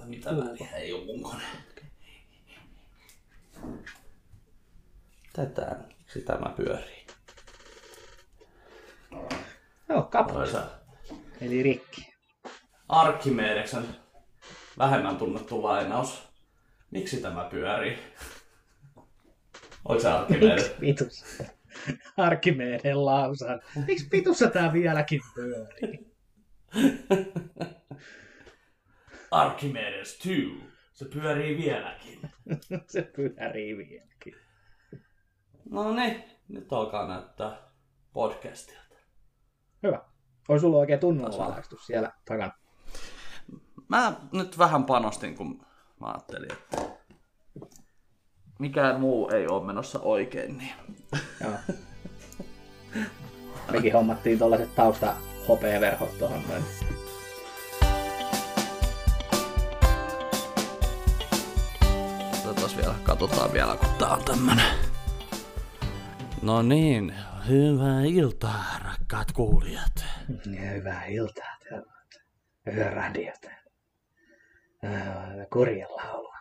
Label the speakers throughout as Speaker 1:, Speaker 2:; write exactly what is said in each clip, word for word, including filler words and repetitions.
Speaker 1: mitä väliä, ei oo mun kone. Tätä, sitä mä pyörii.
Speaker 2: Joo, kaput. Eli rikki.
Speaker 1: Arkimedeksen vähemmän tunnettu lainaus. Miksi tämä pyörii? Oliko se Arkimedes?
Speaker 2: Miksi pitussa? Arkimeden lausan. Miksi pitussa tää vieläkin pyörii?
Speaker 1: Archimedes kaksi. Se pyörii vieläkin.
Speaker 2: Se pyörii vieläkin.
Speaker 1: No niin, nyt alkaa näyttää podcastilta.
Speaker 2: Hyvä. Oi sulla oikein tunnonvalaistus siellä takana.
Speaker 1: Mä nyt vähän panostin, kun mä ajattelin, että mikään muu ei ole menossa oikein. Niin.
Speaker 2: Joo. Mekin hommattiin tollaiset tausta hopeaverhot tuohon noin.
Speaker 1: Otetaan vielä, katsotaan vielä, kun tää on tämmönen. No niin, hyvää iltaa, rakkaat kuulijat.
Speaker 2: Ja hyvää iltaa, täällä on hyvä radio täällä. Kurjen laulua.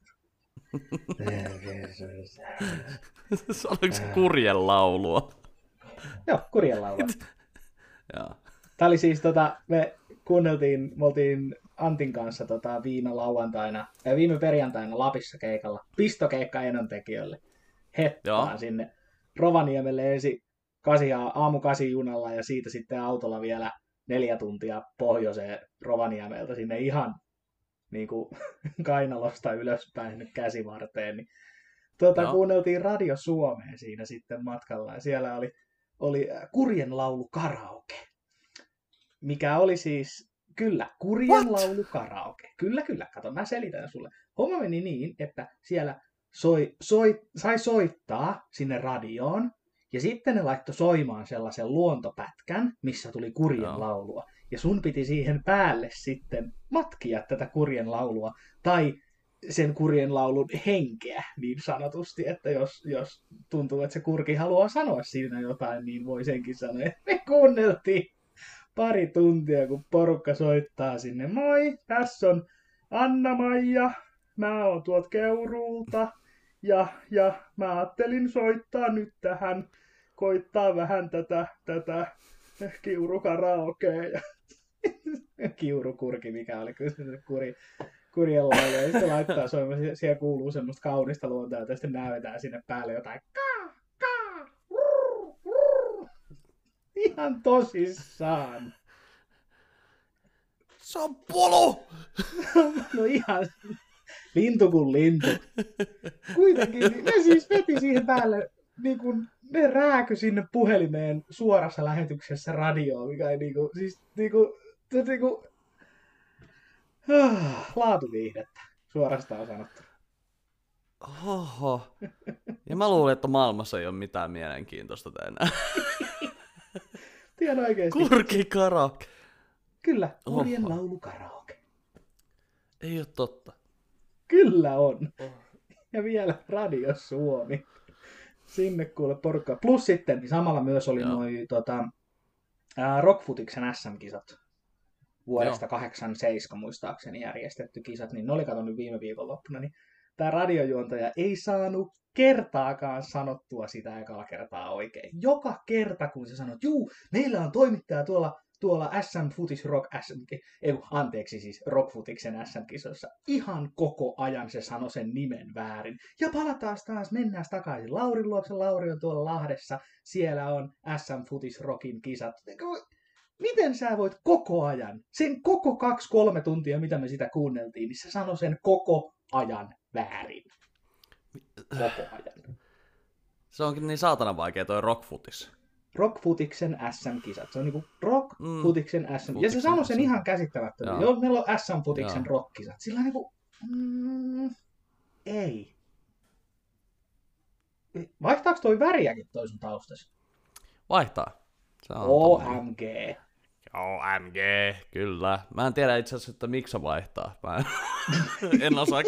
Speaker 1: Oliko se kurjen laulua?
Speaker 2: Joo, kurjen laulua.
Speaker 1: Joo.
Speaker 2: Tää oli siis tota, me kuunneltiin, me oltiin Antin kanssa tota, viime lauantaina, äh, viime perjantaina Lapissa keikalla, pistokeikka enontekijöille, hettaan Joo. sinne Rovaniemelle ensin kasi, aamu kasi junalla ja siitä sitten autolla vielä neljä tuntia pohjoiseen Rovaniemeltä sinne ihan niin kuin kainalosta ylöspäin käsivarteen. Niin, tuota, no. Kuunneltiin Radio Suomeen siinä sitten matkalla ja siellä oli, oli kurjen laulu karaoke, mikä oli siis, kyllä, kurjen What? laulu karaoke. Kyllä, kyllä, kato, mä selitän sulle. Homma meni niin, että siellä soi, soi, sai soittaa sinne radioon ja sitten ne laittoi soimaan sellaisen luontopätkän, missä tuli kurjen no. laulua. Ja sun piti siihen päälle sitten matkia tätä kurjen laulua, tai sen kurjen laulun henkeä niin sanotusti, että jos, jos tuntuu, että se kurki haluaa sanoa siinä jotain, niin voi senkin sanoa. Me kuunneltiin pari tuntia, kun porukka soittaa sinne. Moi, tässä on Anna-Maija, mä oon tuolta Keuruulta, ja, ja mä ajattelin soittaa nyt tähän, koittaa vähän tätä, tätä kiurukaraokea. Kiurukurki, mikä oli kyllä se kuri, kurjen laulu. Ja sitten laittaa soimaan, siellä kuuluu semmoista kaunista luontoa, ja sitten näytetään sinne päälle jotain kaa, kaa, rrr, rrr. Ihan tosissaan.
Speaker 1: Se on polo!
Speaker 2: No ihan lintu kuin lintu. Kuitenkin ne siis veti siihen päälle niin kuin ne rääky sinne puhelimeen suorassa lähetyksessä radioon, mikä ei niinku, siis niinku, niinku, ah, laatuviihdettä, suorastaan sanottuna.
Speaker 1: Oho. Ja mä luulin, että maailmassa ei ole mitään mielenkiintoista enää.
Speaker 2: Tiedän oikeesti.
Speaker 1: Kurki karaoke.
Speaker 2: Kyllä, kurjen laulu karaoke.
Speaker 1: Ei ole totta.
Speaker 2: Kyllä on. Ja vielä Radio Suomi. Sinne kuule porukkaa. Plus sitten niin samalla myös oli noin tota, Rockfutiksen äs äm-kisat vuodesta kahdeksankymmentäseitsemän muistaakseni järjestetty kisat, niin ne oli katsonut viime viikonloppuna, niin tämä radiojuontaja ei saanut kertaakaan sanottua sitä ekaa kertaa oikein. Joka kerta, kun se sanoi, juu, meillä on toimittaja tuolla, tuolla S M Futis Rock S M, ei, anteeksi siis Rockfutiksen äs äm-kisoissa, ihan koko ajan se sanoi sen nimen väärin. Ja palataan taas, mennään takaisin Laurin luokse, Lauri on tuolla Lahdessa, siellä on S M Futis Rockin kisat. Miten sä voit koko ajan, sen koko kaksi kolme tuntia, mitä me sitä kuunneltiin, niin se sanoi sen koko ajan väärin. Koko ajan.
Speaker 1: Se onkin niin saatana vaikea toi Rockfutis.
Speaker 2: Rockfutiksen äs äm-kisat. Se on niinku Rockfutiksen mm. äs äm. Ja se sanoi sen ihan käsittämättömästi. Joo, meillä on äs äm-futiksen rockkisat. Sillä on niinku, mm, ei. Vaihtaako toi väriäkin toi sun taustasi?
Speaker 1: Vaihtaa.
Speaker 2: O M G.
Speaker 1: O M G, kyllä. Mä en tiedä itse asiassa, että miksi se vaihtaa. Mä en, en osaa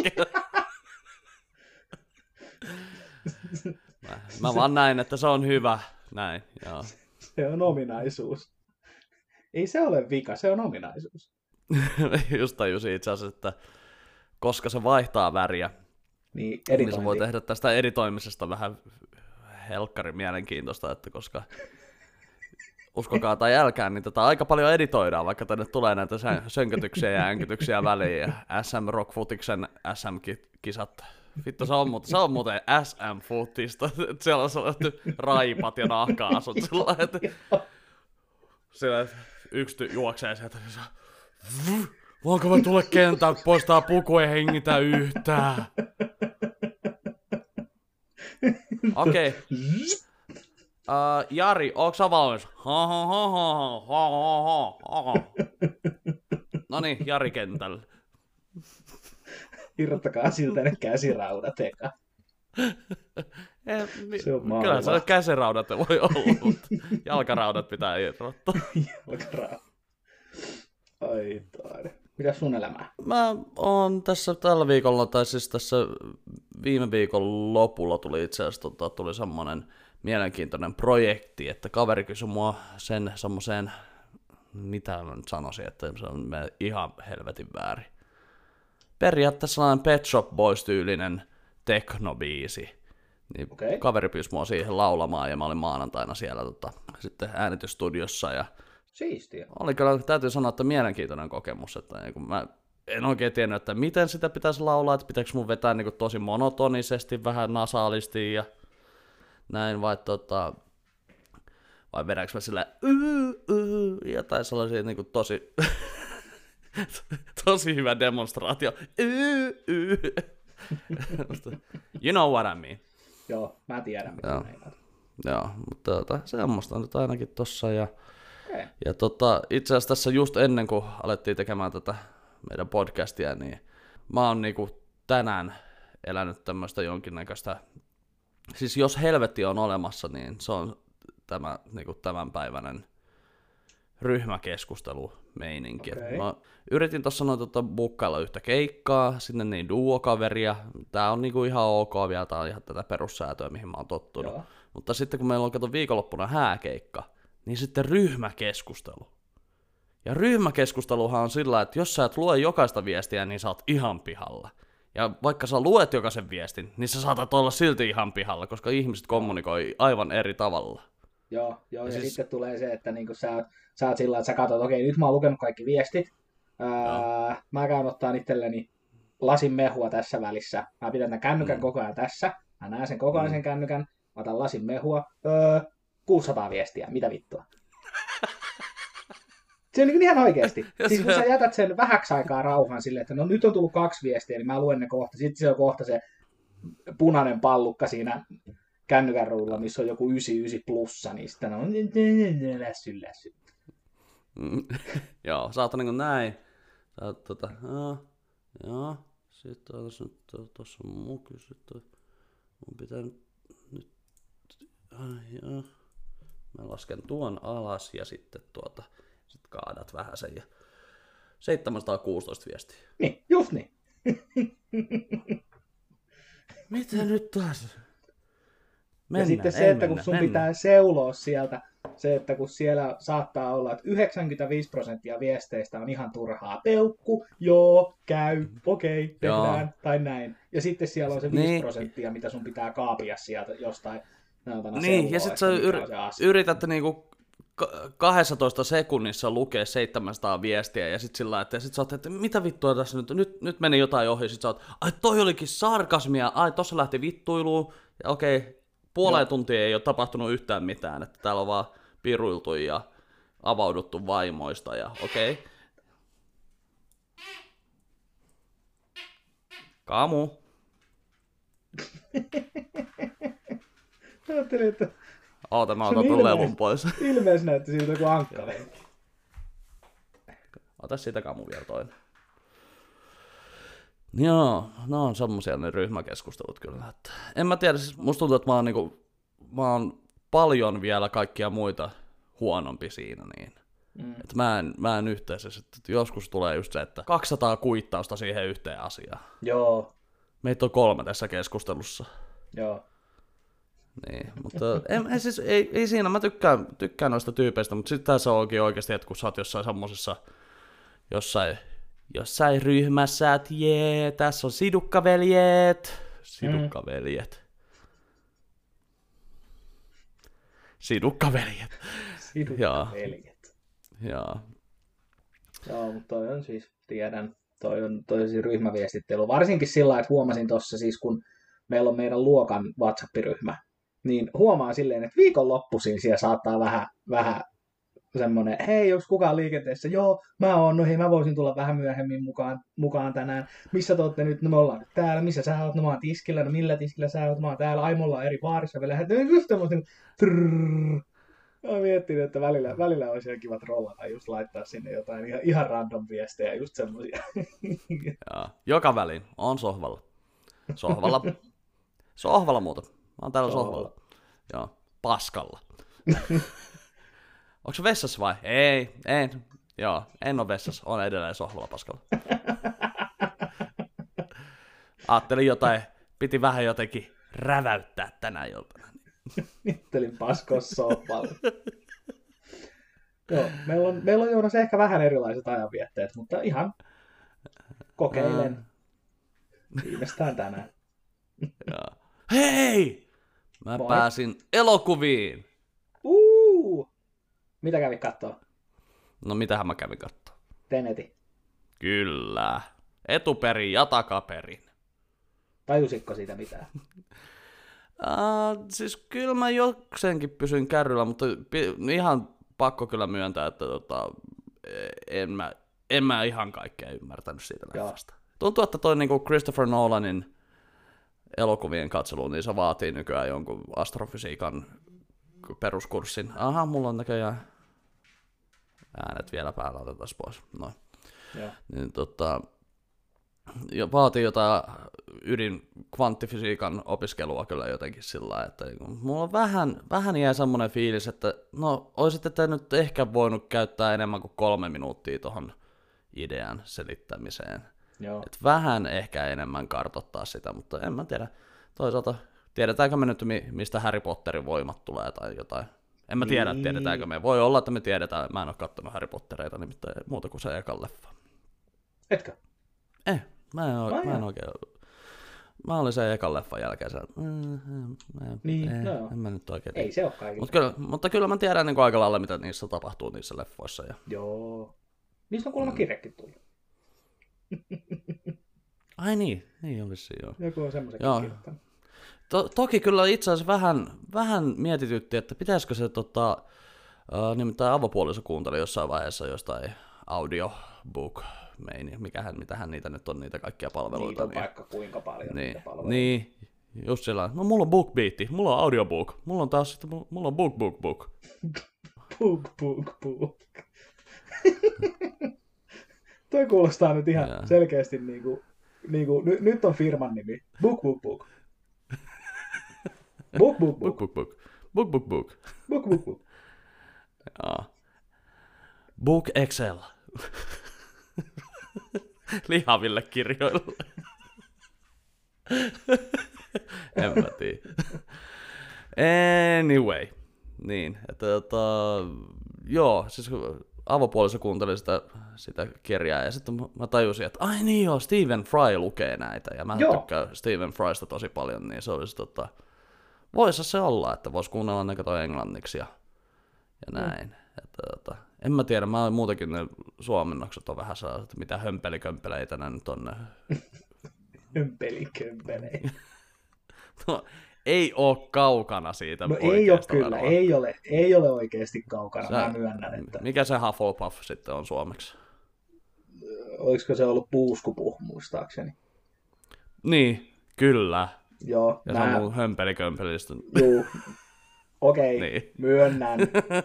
Speaker 1: mä, mä vaan näin, että se on hyvä. Näin, joo.
Speaker 2: Se on ominaisuus. Ei se ole vika, se on ominaisuus.
Speaker 1: Just tajusin itse asiassa, että koska se vaihtaa väriä,
Speaker 2: niin,
Speaker 1: niin se voi tehdä tästä editoimisesta vähän helkkarin mielenkiintoista, että koska uskokaa tai älkää, niin tätä aika paljon editoidaan, vaikka tänne tulee näitä sönkötyksiä ja änkytyksiä väliin, ja S M Rock Futiksen S M-kisat. Vittu, se on muuten, se on muuten S M-futista, että siellä on sellaiset raipat ja nahka-asut sillä että sillä yksi ty- juoksee sieltä, niin se on, voinko mä tulla kentältä pois, tää puku ei hengitä yhtään. Okei. Okay. Uh, Jari, ootko sä valmis? Noniin, Jari kentällä.
Speaker 2: Irrottakaa siltä ne käsiraudat eka.
Speaker 1: Eh, mi- kyllä se käsiraudat voi olla, mutta jalkaraudat pitää irrottaa.
Speaker 2: Jalkaraudat. Ai taide. Mitäs sun elämää?
Speaker 1: Mä oon tässä tällä viikolla, tai siis tässä viime viikon lopulla tuli itse asiassa tota, tuli semmonen mielenkiintoinen projekti, että kaveri kysyi mua sen semmoseen, mitä mä nyt sanoisin, että se on ihan helvetin väärin. Periaatteessa sellainen Pet Shop Boys-tyylinen teknobiisi. Niin okay. Kaveri pyysi mua siihen laulamaan ja mä olin maanantaina siellä tota, sitten äänitysstudiossa. Ja
Speaker 2: siistiä.
Speaker 1: Oli kyllä, täytyy sanoa, että mielenkiintoinen kokemus. Että niin kun mä en oikein tiennyt, että miten sitä pitäisi laulaa, että pitääkö mun vetää niin kun tosi monotonisesti, vähän nasaalisti ja näin, vai, tota, vai vedääkö mä sillä ja tai sellaisia niin kun tosi... Tosi hyvä demonstraatio. You know what I mean.
Speaker 2: Joo, mä tiedän mitä
Speaker 1: Joo.
Speaker 2: meinaat.
Speaker 1: Joo, mutta tota, semmoista nyt ainakin tossa. Ja,
Speaker 2: okay.
Speaker 1: ja tota, itse asiassa tässä just ennen kuin alettiin tekemään tätä meidän podcastia, niin mä oon niinku tänään elänyt tämmöistä jonkinnäköistä, siis jos helvetti on olemassa, niin se on tämä niinku tämänpäiväinen ryhmäkeskustelumeininki. Okay. Mä yritin tuossa noin tota bukkailla yhtä keikkaa, sinne niin duo-kaveria. Tää on niinku ihan ok vielä, tää on ihan tätä perussäätöä, mihin mä oon tottunut. Joo. Mutta sitten kun meillä on kato viikonloppuna hääkeikka, niin sitten ryhmäkeskustelu. Ja ryhmäkeskusteluhan on sillä, että jos sä et lue jokaista viestiä, niin sä oot ihan pihalla. Ja vaikka sä luet jokaisen viestin, niin sä saatat olla silti ihan pihalla, koska ihmiset kommunikoi aivan eri tavalla.
Speaker 2: Joo, joo ja, ja
Speaker 1: siis...
Speaker 2: sitten tulee se, että niinku sä, oot, sä oot sillä, että sä katsot, okei, nyt mä oon lukenut kaikki viestit. Ää, mä käyn ottaa itselleni lasin mehua tässä välissä. Mä pidän tämän kännykän mm. koko ajan tässä. Mä näen sen koko ajan sen kännykän. Mä otan lasin mehua. Öö, kuusisataa viestiä. Mitä vittua? Se on niin ihan oikeasti. Siis kun sä jätät sen vähäksi aikaa rauhan silleen, että no nyt on tullut kaksi viestiä, niin mä luen ne kohta. Sitten se on kohta se punainen pallukka siinä kännykän ruudulla, missä on joku yhdeksänkymmentäyhdeksän plussa, niin sitten on lässy, lässy.
Speaker 1: Joo, sä oot niinku näin. Sä oot tota, joo, joo. Sitten otas nyt, tossa on muky, sitten mun pitää nyt, nyt, ai joo. Mä lasken tuon alas ja sitten tuota, sit kaadat vähän sen ja seitsemänsataakuusitoista viestiä.
Speaker 2: Niin, just niin.
Speaker 1: Mitä nyt taas? Mennään,
Speaker 2: ja sitten se, että
Speaker 1: mennä,
Speaker 2: kun sun
Speaker 1: mennä.
Speaker 2: pitää seuloa sieltä, se, että kun siellä saattaa olla, että yhdeksänkymmentäviisi prosenttia viesteistä on ihan turhaa. Peukku, joo, käy, okei, okay, tehdään, joo. Tai näin. Ja sitten siellä on se viisi prosenttia, mitä sun pitää kaapia sieltä jostain.
Speaker 1: Niin, ja sitten sä yr- yrität niinku kaksitoista sekunnissa lukea seitsemänsataa viestiä, ja sitten sillä että sit sä oot, että mitä vittua tässä nyt, nyt, nyt meni jotain ohi, sit sä oot, ai toi olikin sarkasmia, ai tossa lähti vittuiluun, ja okei, okay, puoleen tuntia ei ole tapahtunut yhtään mitään, että täällä on vaan piruiltu ja avauduttu vaimoista, ja okei. Okay. Kamu.
Speaker 2: Mä ajattelin, että...
Speaker 1: Oota, mä otan ton levun pois.
Speaker 2: Ilmeisesti näytti siltä kuin ankkalenki.
Speaker 1: Ota siitä kamu vielä toinen. Joo, no on semmosia ne ryhmäkeskustelut kyllä. Että en mä tiedä, siis musta tuntuu, että mä oon, niinku, mä oon paljon vielä kaikkia muita huonompi siinä. Niin. Mm. Että mä en, mä en yhteisessä, että joskus tulee just se, että kaksisataa kuittausta siihen yhteen asiaan.
Speaker 2: Joo.
Speaker 1: Meitä on kolme tässä keskustelussa.
Speaker 2: Joo.
Speaker 1: Niin, mutta en, en siis, ei, ei siinä, mä tykkään, tykkään noista tyypeistä, mutta sitten tässä onkin oikeasti, että kun sä oot jossain semmosessa, jossain jossain ryhmässä, että jee, tässä on sidukkaveljet. Sidukkaveljet. Sidukkaveljet.
Speaker 2: Sidukkaveljet.
Speaker 1: Joo.
Speaker 2: Joo, mutta toi on siis, tiedän, toi on, toi on siis ryhmäviestittely. Varsinkin sillä, että huomasin tuossa siis, kun meillä on meidän luokan WhatsApp-ryhmä, niin huomaa silleen, että viikonloppuisin siellä saattaa vähän, vähän semmoinen, hei, onko kukaan liikenteessä? Joo, mä oon, no hei, mä voisin tulla vähän myöhemmin mukaan, mukaan tänään. Missä te ootte nyt? No me ollaan nyt täällä. Missä sä oot? No mä oon tiskillä. No millä tiskillä sä oot? Mä oon täällä. Ai, me ollaan eri baarissa vielä. Just tämmöisen trrrr. Mä oon miettinyt, että välillä, välillä olisi ihan kiva trollata, just laittaa sinne jotain ihan, ihan random viestejä, just semmoisia.
Speaker 1: Joo, joka välin on sohvalla. Sohvalla. Sohvalla muuta. Mä oon täällä sohvalla. sohvalla. Joo, paskalla. Onko se vessassa vai? Ei, en. Joo, en ole vessassa. On edelleen sohvalla paskalla. Ajattelin jotain, piti vähän jotenkin räväyttää tänä iltana.
Speaker 2: Mittelin paskossa sohvalla. Joo, meillä on, meillä on Joonas ehkä vähän erilaiset ajanvietteet, mutta ihan kokeilen. Viimeistään tänään.
Speaker 1: Joo. Hei! Mä Moi. pääsin elokuviin!
Speaker 2: Uuu! Mitä kävit kattoo?
Speaker 1: No mitähän mä kävin kattoo?
Speaker 2: Teneti.
Speaker 1: Kyllä. Etuperin ja takaperin.
Speaker 2: Tajusitko siitä mitään?
Speaker 1: Uh, siis kyllä mä jokseenkin pysyn kärryllä, mutta ihan pakko kyllä myöntää, että tota, en, mä, en mä ihan kaikkea ymmärtänyt siitä leffasta. Tuntuu, että toi niinku Christopher Nolanin elokuvien katselu, niin se vaatii nykyään jonkun astrofysiikan peruskurssin. Aha, mulla on näköjään äänet vielä päällä, otetaan pois. Noin. Niin, tota, ja vaatii jotain ydin kvanttifysiikan opiskelua kyllä jotenkin sillä lailla, että niin kuin, mulla on vähän, vähän jää semmoinen fiilis, että no oisitte te nyt ehkä voinut käyttää enemmän kuin kolme minuuttia tuohon idean selittämiseen. Et vähän ehkä enemmän kartoittaa sitä, mutta en mä tiedä. Toisaalta tiedetäänkö me nyt, mistä Harry Potterin voimat tulee tai jotain. En mä tiedä, niin. Tiedetäänkö me. Voi olla, että me tiedetään. Mä en ole kattonut Harry Pottereita nimittäin muuta kuin se ekan leffa.
Speaker 2: Etkö?
Speaker 1: Eh, mä en, o- mä en oikein. Mä olin sen ekan leffan jälkeen. Se,
Speaker 2: niin,
Speaker 1: eh,
Speaker 2: no.
Speaker 1: En mä nyt oikein.
Speaker 2: Ei se ole kaikille.
Speaker 1: Mut kyllä, mutta kyllä mä tiedän niin aika lailla, mitä niissä tapahtuu niissä leffoissa. Ja...
Speaker 2: Joo. Niistä on kuulemma mm. kirjakin tullut.
Speaker 1: Ai niin, niin olisi joo.
Speaker 2: Joku on semmoisenkin kirjoittanut.
Speaker 1: To- toki kyllä itse asiassa vähän, vähän mietitytti, että pitäisikö se tota, uh, nimittäin avopuoliso kuunteli jossain vaiheessa jostain audiobook meini, mikähän, mitähän niitä nyt on, niitä kaikkia palveluita.
Speaker 2: Niitä on
Speaker 1: niin,
Speaker 2: vaikka kuinka paljon
Speaker 1: niin,
Speaker 2: niitä palveluita.
Speaker 1: Niin, just sillä no mulla on BookBeat, mulla on audiobook, mulla on taas sitten, mulla on book, book, book.
Speaker 2: book, book, book. Toi kuulostaa nyt ihan yeah. selkeästi niinku, niinku n- nyt on firman nimi. Book, book, book. Book, book, book.
Speaker 1: Book, book, book. Book, book, book.
Speaker 2: Book, book, book.
Speaker 1: Jaa. Book Excel. Lihaville kirjoille. En mä tiedä. Anyway. Niin, että tota, joo, siis avopuoliso kuunteli sitä, sitä kirjaa ja sitten mä tajusin, että ai niin joo, Stephen Fry lukee näitä ja mä joo. tykkään Stephen Frysta tosi paljon, niin se olisi tota, voisi se olla, että voisi kuunnella ne kato englanniksi ja, ja näin. Mm. Että, tota, en mä tiedä, mä muutenkin ne suomennokset on vähän sellaiset, että mitä hömpelikömpeleitä ne nyt on ne.
Speaker 2: Hömpelikömpeleitä.
Speaker 1: No, ei oo kaukana siitä
Speaker 2: no ei ole kyllä, ei ole, ei ole oikeasti kaukana, Sä, mä myönnän. Että...
Speaker 1: Mikä se Hufflepuff sitten on suomeksi?
Speaker 2: Olisiko se ollut puuskupuh, muistaakseni?
Speaker 1: Niin, kyllä.
Speaker 2: Joo.
Speaker 1: Ja mä... se on mun hömpelikömpelistä.
Speaker 2: Joo, okei, okay, niin. Myönnän.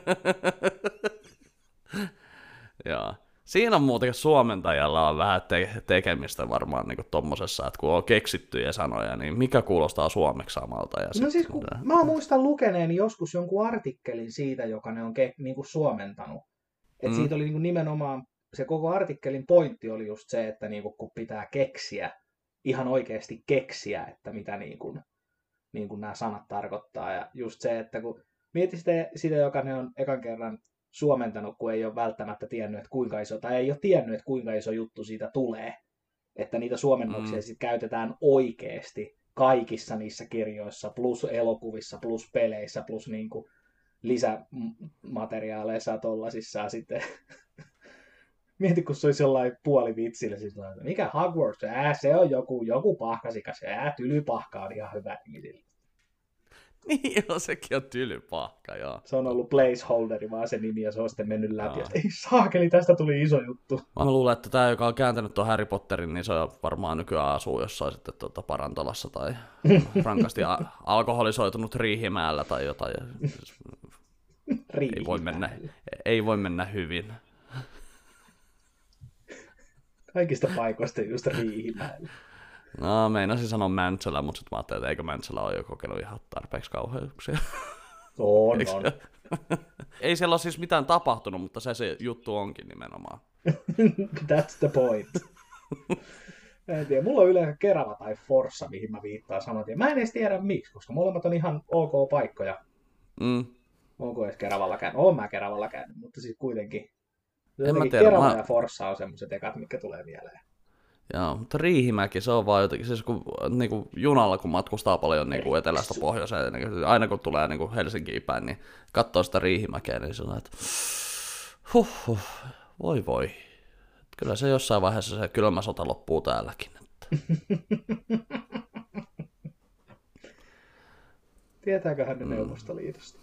Speaker 1: Joo. Siinä on muutenkin suomentajalla on vähän te- tekemistä varmaan niin tommosessa, että kun on keksittyjä sanoja, niin mikä kuulostaa suomeksi samalta. Ja
Speaker 2: no siis kun mä muistan lukeneeni joskus jonkun artikkelin siitä, joka ne on ke- niin kuin suomentanut. Et mm. siitä oli niin kuin nimenomaan, se koko artikkelin pointti oli just se, että niin kuin, kun pitää keksiä, ihan oikeasti keksiä, että mitä niin kuin, niin kuin nämä sanat tarkoittaa. Ja just se, että kun mietit sitä, sitä joka ne on ekan kerran suomentanut, kun ei ole välttämättä tiennyt, että kuinka iso, tai ei ole tiennyt, että kuinka iso juttu siitä tulee. Että niitä suomennoksia mm. sitten käytetään oikeasti kaikissa niissä kirjoissa, plus elokuvissa, plus peleissä, plus niin kuin lisämateriaaleissa tollasissa sitten. Mieti, kun se olisi jollain puolivitsillä, siis mikä Hogwarts, ää, se on joku, joku pahkasikas, ää, tylypahka on ihan hyvä nimi sille.
Speaker 1: Niin joo, sekin on tylypahka, joo.
Speaker 2: Se on ollut placeholderi vaan se nimi, ja se on sitten mennyt läpi, että ei saakeli, tästä tuli iso juttu.
Speaker 1: Mä luulen, että tämä, joka on kääntänyt tuon Harry Potterin, niin se varmaan nykyään asuu jossain sitten tuota parantolassa tai rankasti a- alkoholisoitunut Riihimäellä tai jotain. ei, voi mennä, ei voi mennä hyvin.
Speaker 2: Kaikista paikoista just Riihimäellä.
Speaker 1: No, meinasin sanoa Mäntsälä, mutta sitten mä ajattelin, että eikö Mäntsälä ole jo kokenut ihan tarpeeksi kauheuksia.
Speaker 2: On, on.
Speaker 1: Ei siellä ole siis mitään tapahtunut, mutta se se juttu onkin nimenomaan.
Speaker 2: That's the point. Mä en tiedä, mulla on yleensä Kerava tai Forssa, mihin mä viittaan saman tien. Mä en edes tiedä miksi, koska molemmat on ihan ok paikkoja.
Speaker 1: Mm.
Speaker 2: Onko edes Keravalla käynyt? Oon mä Keravalla käynyt, mutta siis kuitenkin.
Speaker 1: En mä tiedä,
Speaker 2: Kerava
Speaker 1: mä...
Speaker 2: ja Forssa on semmoiset ekat, mitkä tulee mieleen.
Speaker 1: Joo, mutta Riihimäki, se on vaan jotenkin, siis kun niin kuin junalla kun matkustaa paljon niin kuin etelästä pohjoiseen, niin aina kun tulee niin kuin Helsinkiin päin, niin katsoo sitä Riihimäkeä, niin sanoo, että huh, huh, voi voi. Kyllä se jossain vaiheessa se kylmä sota loppuu täälläkin. Että.
Speaker 2: Tietääköhän ne mm. Neuvostoliitosta?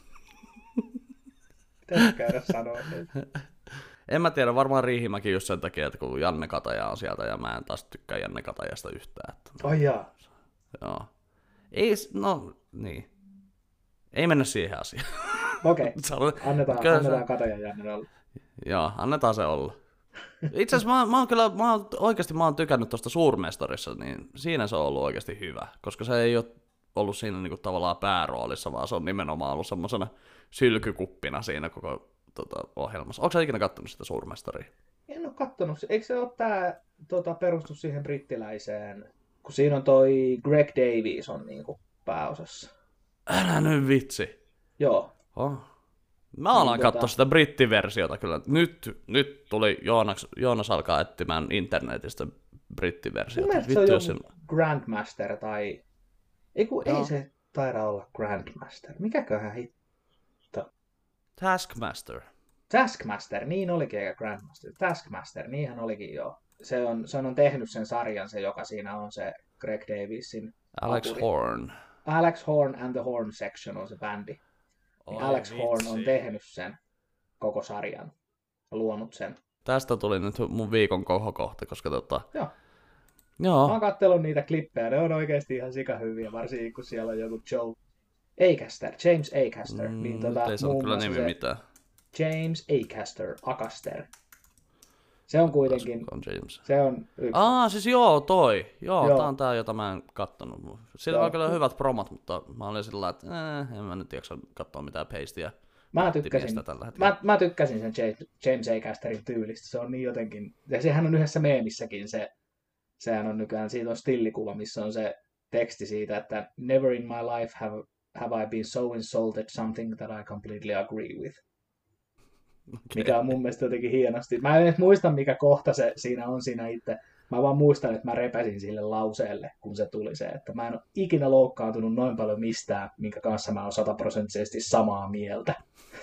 Speaker 2: Pitäisi käydä sanoa nyt.
Speaker 1: En mä tiedä, varmaan Riihimäki just sen takia, että kun Janne Kataja on sieltä ja mä en taas tykkää Janne Katajasta yhtään. Että...
Speaker 2: Ai jaa.
Speaker 1: Joo. Ei, no, niin. Ei mennä siihen asiaan.
Speaker 2: Okei, okay. annetaan, annetaan Katajan Janne olla.
Speaker 1: Joo, annetaan se olla. Itse asiassa mä, mä oon kyllä, mä oon, oikeasti mä oon tykännyt tuosta Suurmestarissa, niin siinä se on ollut oikeasti hyvä, koska se ei ole ollut siinä niinku tavallaan pääroolissa, vaan se on nimenomaan ollut semmoisena sylkykuppina siinä koko tota, ohjelmassa. Ootko sä ikinä kattonut sitä Suurmestaria?
Speaker 2: En ole kattonut. Eikö se ole tää tota, perustu siihen brittiläiseen, kun siinä on toi Greg Davies on niinku pääosassa?
Speaker 1: Älä nyt vitsi.
Speaker 2: Joo.
Speaker 1: Oh. Mä alan
Speaker 2: niin,
Speaker 1: katsoa
Speaker 2: tota...
Speaker 1: sitä brittiversiota kyllä. Nyt, nyt tuli Joonas, Joonas alkaa etsimään internetistä brittiversiota.
Speaker 2: Mun mielestä se on joku sen... Grandmaster tai... Eiku, ei se taida olla Grandmaster. Mikäköhän hitto?
Speaker 1: Taskmaster.
Speaker 2: Taskmaster, niin olikin eikä Grandmaster. Taskmaster, niinhän olikin joo. Se on, se on tehnyt sen sarjan, se joka siinä on se Greg Daviesin
Speaker 1: Alex
Speaker 2: apuri.
Speaker 1: Horn.
Speaker 2: Alex Horn and the Horn Section on se bändi. Niin Alex vitsi. Horn on tehnyt sen koko sarjan, luonut sen.
Speaker 1: Tästä tuli nyt mun viikon kohokohta, koska tota...
Speaker 2: Joo.
Speaker 1: Joo.
Speaker 2: Mä oon katsellut niitä klippejä, ne on oikeesti ihan sikahyviä, varsinkin kun siellä on joku Joe Acaster, James Acaster.
Speaker 1: Mm,
Speaker 2: niin tota,
Speaker 1: ei sano kyllä nimi mitään.
Speaker 2: James Acaster, Acaster. Se on kuitenkin...
Speaker 1: On James.
Speaker 2: Se on yksi.
Speaker 1: Aa, siis joo, toi. Joo, joo. Tää on tää, jota mä en kattonut. Sillä on kyllä hyvät promot, mutta mä olin sillä lailla, että eh, en mä nyt jaksa katsoa mitään pastea.
Speaker 2: Mä tykkäsin, mä, mä tykkäsin sen James, James Acasterin tyylistä. Se on niin jotenkin... Ja sehän on yhdessä meemissäkin se... Sehän on nykyään, siitä on stillikuva, missä on se teksti siitä, että never in my life have, have I been so insulted something that I completely agree with. Okay. Mikä on mun mielestä jotenkin hienosti. Mä en edes muista, mikä kohta se siinä on siinä itse. Mä vaan muistan, että mä repäsin sille lauseelle, kun se tuli se. Että mä en ole ikinä loukkaantunut noin paljon mistään, minkä kanssa mä oon sataprosenttisesti samaa mieltä.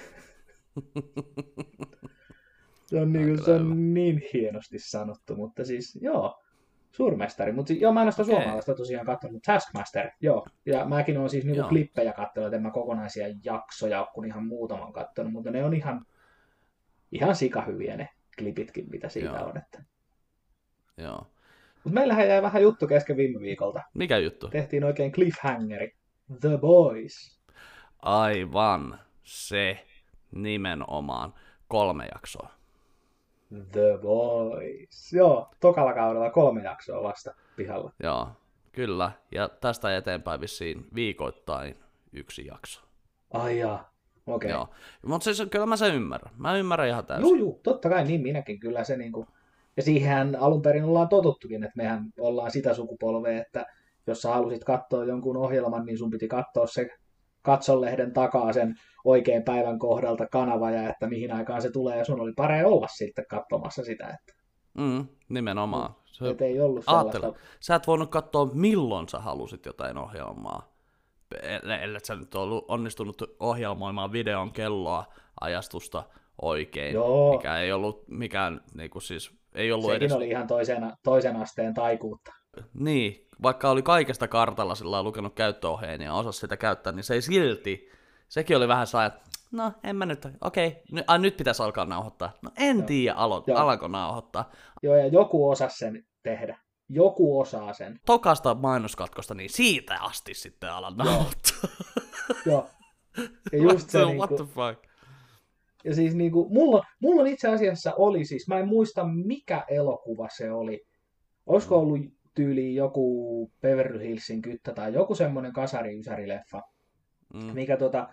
Speaker 2: se on, niin, se on niin hienosti sanottu, mutta siis joo. Suurmestari, mutta joo, mä en ole sitä okay. suomalaista tosiaan katsonut, Taskmaster, joo. Ja mäkin olen siis niinku klippejä katsonut, en mä kokonaisia jaksoja, kun ihan muutaman katsonut, mutta ne on ihan, ihan sikahyviä ne klipitkin, mitä siitä joo. on. Että...
Speaker 1: Joo.
Speaker 2: Mutta meillähän jäi vähän juttu kesken viime viikolta.
Speaker 1: Mikä juttu?
Speaker 2: Tehtiin oikein cliffhangeri. The Boys.
Speaker 1: Aivan, se nimenomaan kolme jaksoa.
Speaker 2: The Boys. Joo, tokalla kaudella kolme jaksoa vasta pihalla.
Speaker 1: Joo, kyllä. Ja tästä eteenpäin vissiin viikoittain yksi jakso.
Speaker 2: Ai jaa, okei. Okay.
Speaker 1: Mutta siis kyllä mä sen ymmärrän. Mä ymmärrän ihan täysin.
Speaker 2: Joo, joo, totta kai niin minäkin kyllä se niinku... Ja siihen alun perin ollaan totuttukin, että mehän ollaan sitä sukupolvea, että jos sä halusit katsoa jonkun ohjelman, niin sun piti katsoa se katsonlehden takaa sen oikean päivän kohdalta kanava ja että mihin aikaan se tulee, ja sun oli parempi olla sitten katsomassa sitä. Että...
Speaker 1: Mm, nimenomaan. Se...
Speaker 2: Et ei ollut
Speaker 1: Aattele.
Speaker 2: sellaista.
Speaker 1: Sä et voinut katsoa, milloin sä halusit jotain ohjelmaa. Ellei sä nyt ollut onnistunut ohjelmoimaan videon kelloa, ajastusta oikein,
Speaker 2: Joo.
Speaker 1: mikä ei ollut mikään, niin kuin siis, ei ollut
Speaker 2: Sekin
Speaker 1: edes...
Speaker 2: oli ihan toisen, toisen asteen taikuutta.
Speaker 1: Niin, vaikka oli kaikesta kartalla sillä lukenut käyttöohjeen ja osasi sitä käyttää, niin se ei silti, sekin oli vähän saa, että no en mä nyt, okei, N- a, nyt pitäisi alkaa nauhoittaa. No en tiedä, alo- alako nauhoittaa.
Speaker 2: Joo, ja joku osasi sen tehdä. Joku osaa sen.
Speaker 1: Tokasta mainoskatkosta, niin siitä asti sitten alan nauhoittaa.
Speaker 2: Joo. Ja just se,
Speaker 1: what
Speaker 2: niinku,
Speaker 1: the fuck?
Speaker 2: ja siis niinku, mulla, mulla on itse asiassa oli siis, mä en muista mikä elokuva se oli. Olisiko ollut tyyliin joku Beverly Hillsin kyttä tai joku semmoinen kasari-ysäri-leffa, mm. mikä tota,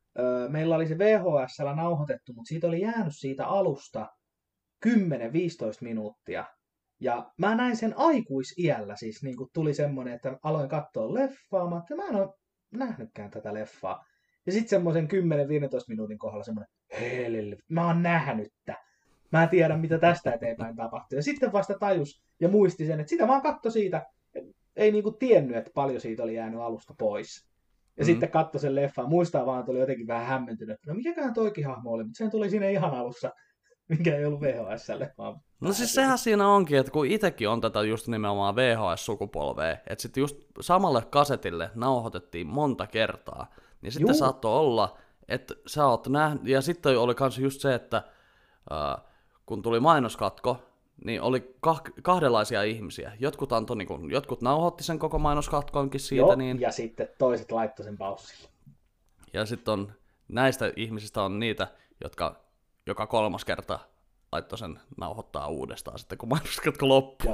Speaker 2: ö, meillä oli se V H S:llä nauhoitettu, mutta siitä oli jäänyt siitä alusta kymmenen viisitoista minuuttia. Ja mä näin sen aikuisiällä, siis niin kuin tuli semmoinen, että aloin katsoa leffaa, mä ajattelin, mä en ole nähnytkään tätä leffaa. Ja sitten semmoisen kymmenen viisitoista minuutin kohdalla semmoinen, helille, mä oon nähnyt tää. Mä en tiedä, mitä tästä eteenpäin tapahtuu. Ja sitten vasta tajus ja muisti sen, että sitä vaan katso siitä, ei niinku tiennyt, että paljon siitä oli jäänyt alusta pois. Ja mm-hmm. sitten katso sen leffan, muistaa vaan, että oli jotenkin vähän hämmentynyt, että no mikäköhän toikin hahmo oli, mutta sen tuli siinä ihan alussa, mikä ei ollut V H S:lle. Vaan
Speaker 1: no siis sehän siinä onkin, että kun itsekin on tätä just nimenomaan V H S-sukupolvea, että sitten just samalle kasetille nauhoitettiin monta kertaa, niin sitten Juu. saattoi olla, että sä oot nähnyt, ja sitten oli kans just se, että äh, kun tuli mainoskatko, niin oli kah- kahdenlaisia ihmisiä. Jotkut, antoi, niin kun, jotkut nauhoitti sen koko mainoskatkonkin siitä.
Speaker 2: Joo,
Speaker 1: niin...
Speaker 2: ja sitten toiset laittoi sen paussille.
Speaker 1: Ja sitten on, näistä ihmisistä on niitä, jotka joka kolmas kerta laittoi sen nauhoittaa uudestaan sitten, kun mainoskatko loppui.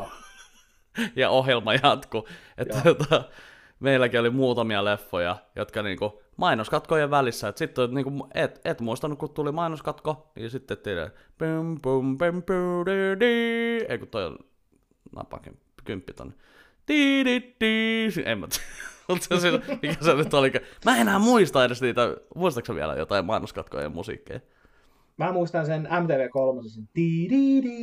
Speaker 1: Ja ohjelma jatkuu. Että tota, meilläkin oli muutamia leffoja, jotka niinku mainoskatkojen välissä, että sitten niinku, et, et muistanut, kun tuli mainoskatko, niin sitten tiedän, bum bum bum bum di di, ei kun toi on napakin kymppi tonne, di di di, en mä tiedä, mikä se nyt oli, mä en enää muista edes niitä, muistatko vielä jotain mainoskatkojen musiikkeja?
Speaker 2: Mä muistan sen M T V kolme, sen di di di.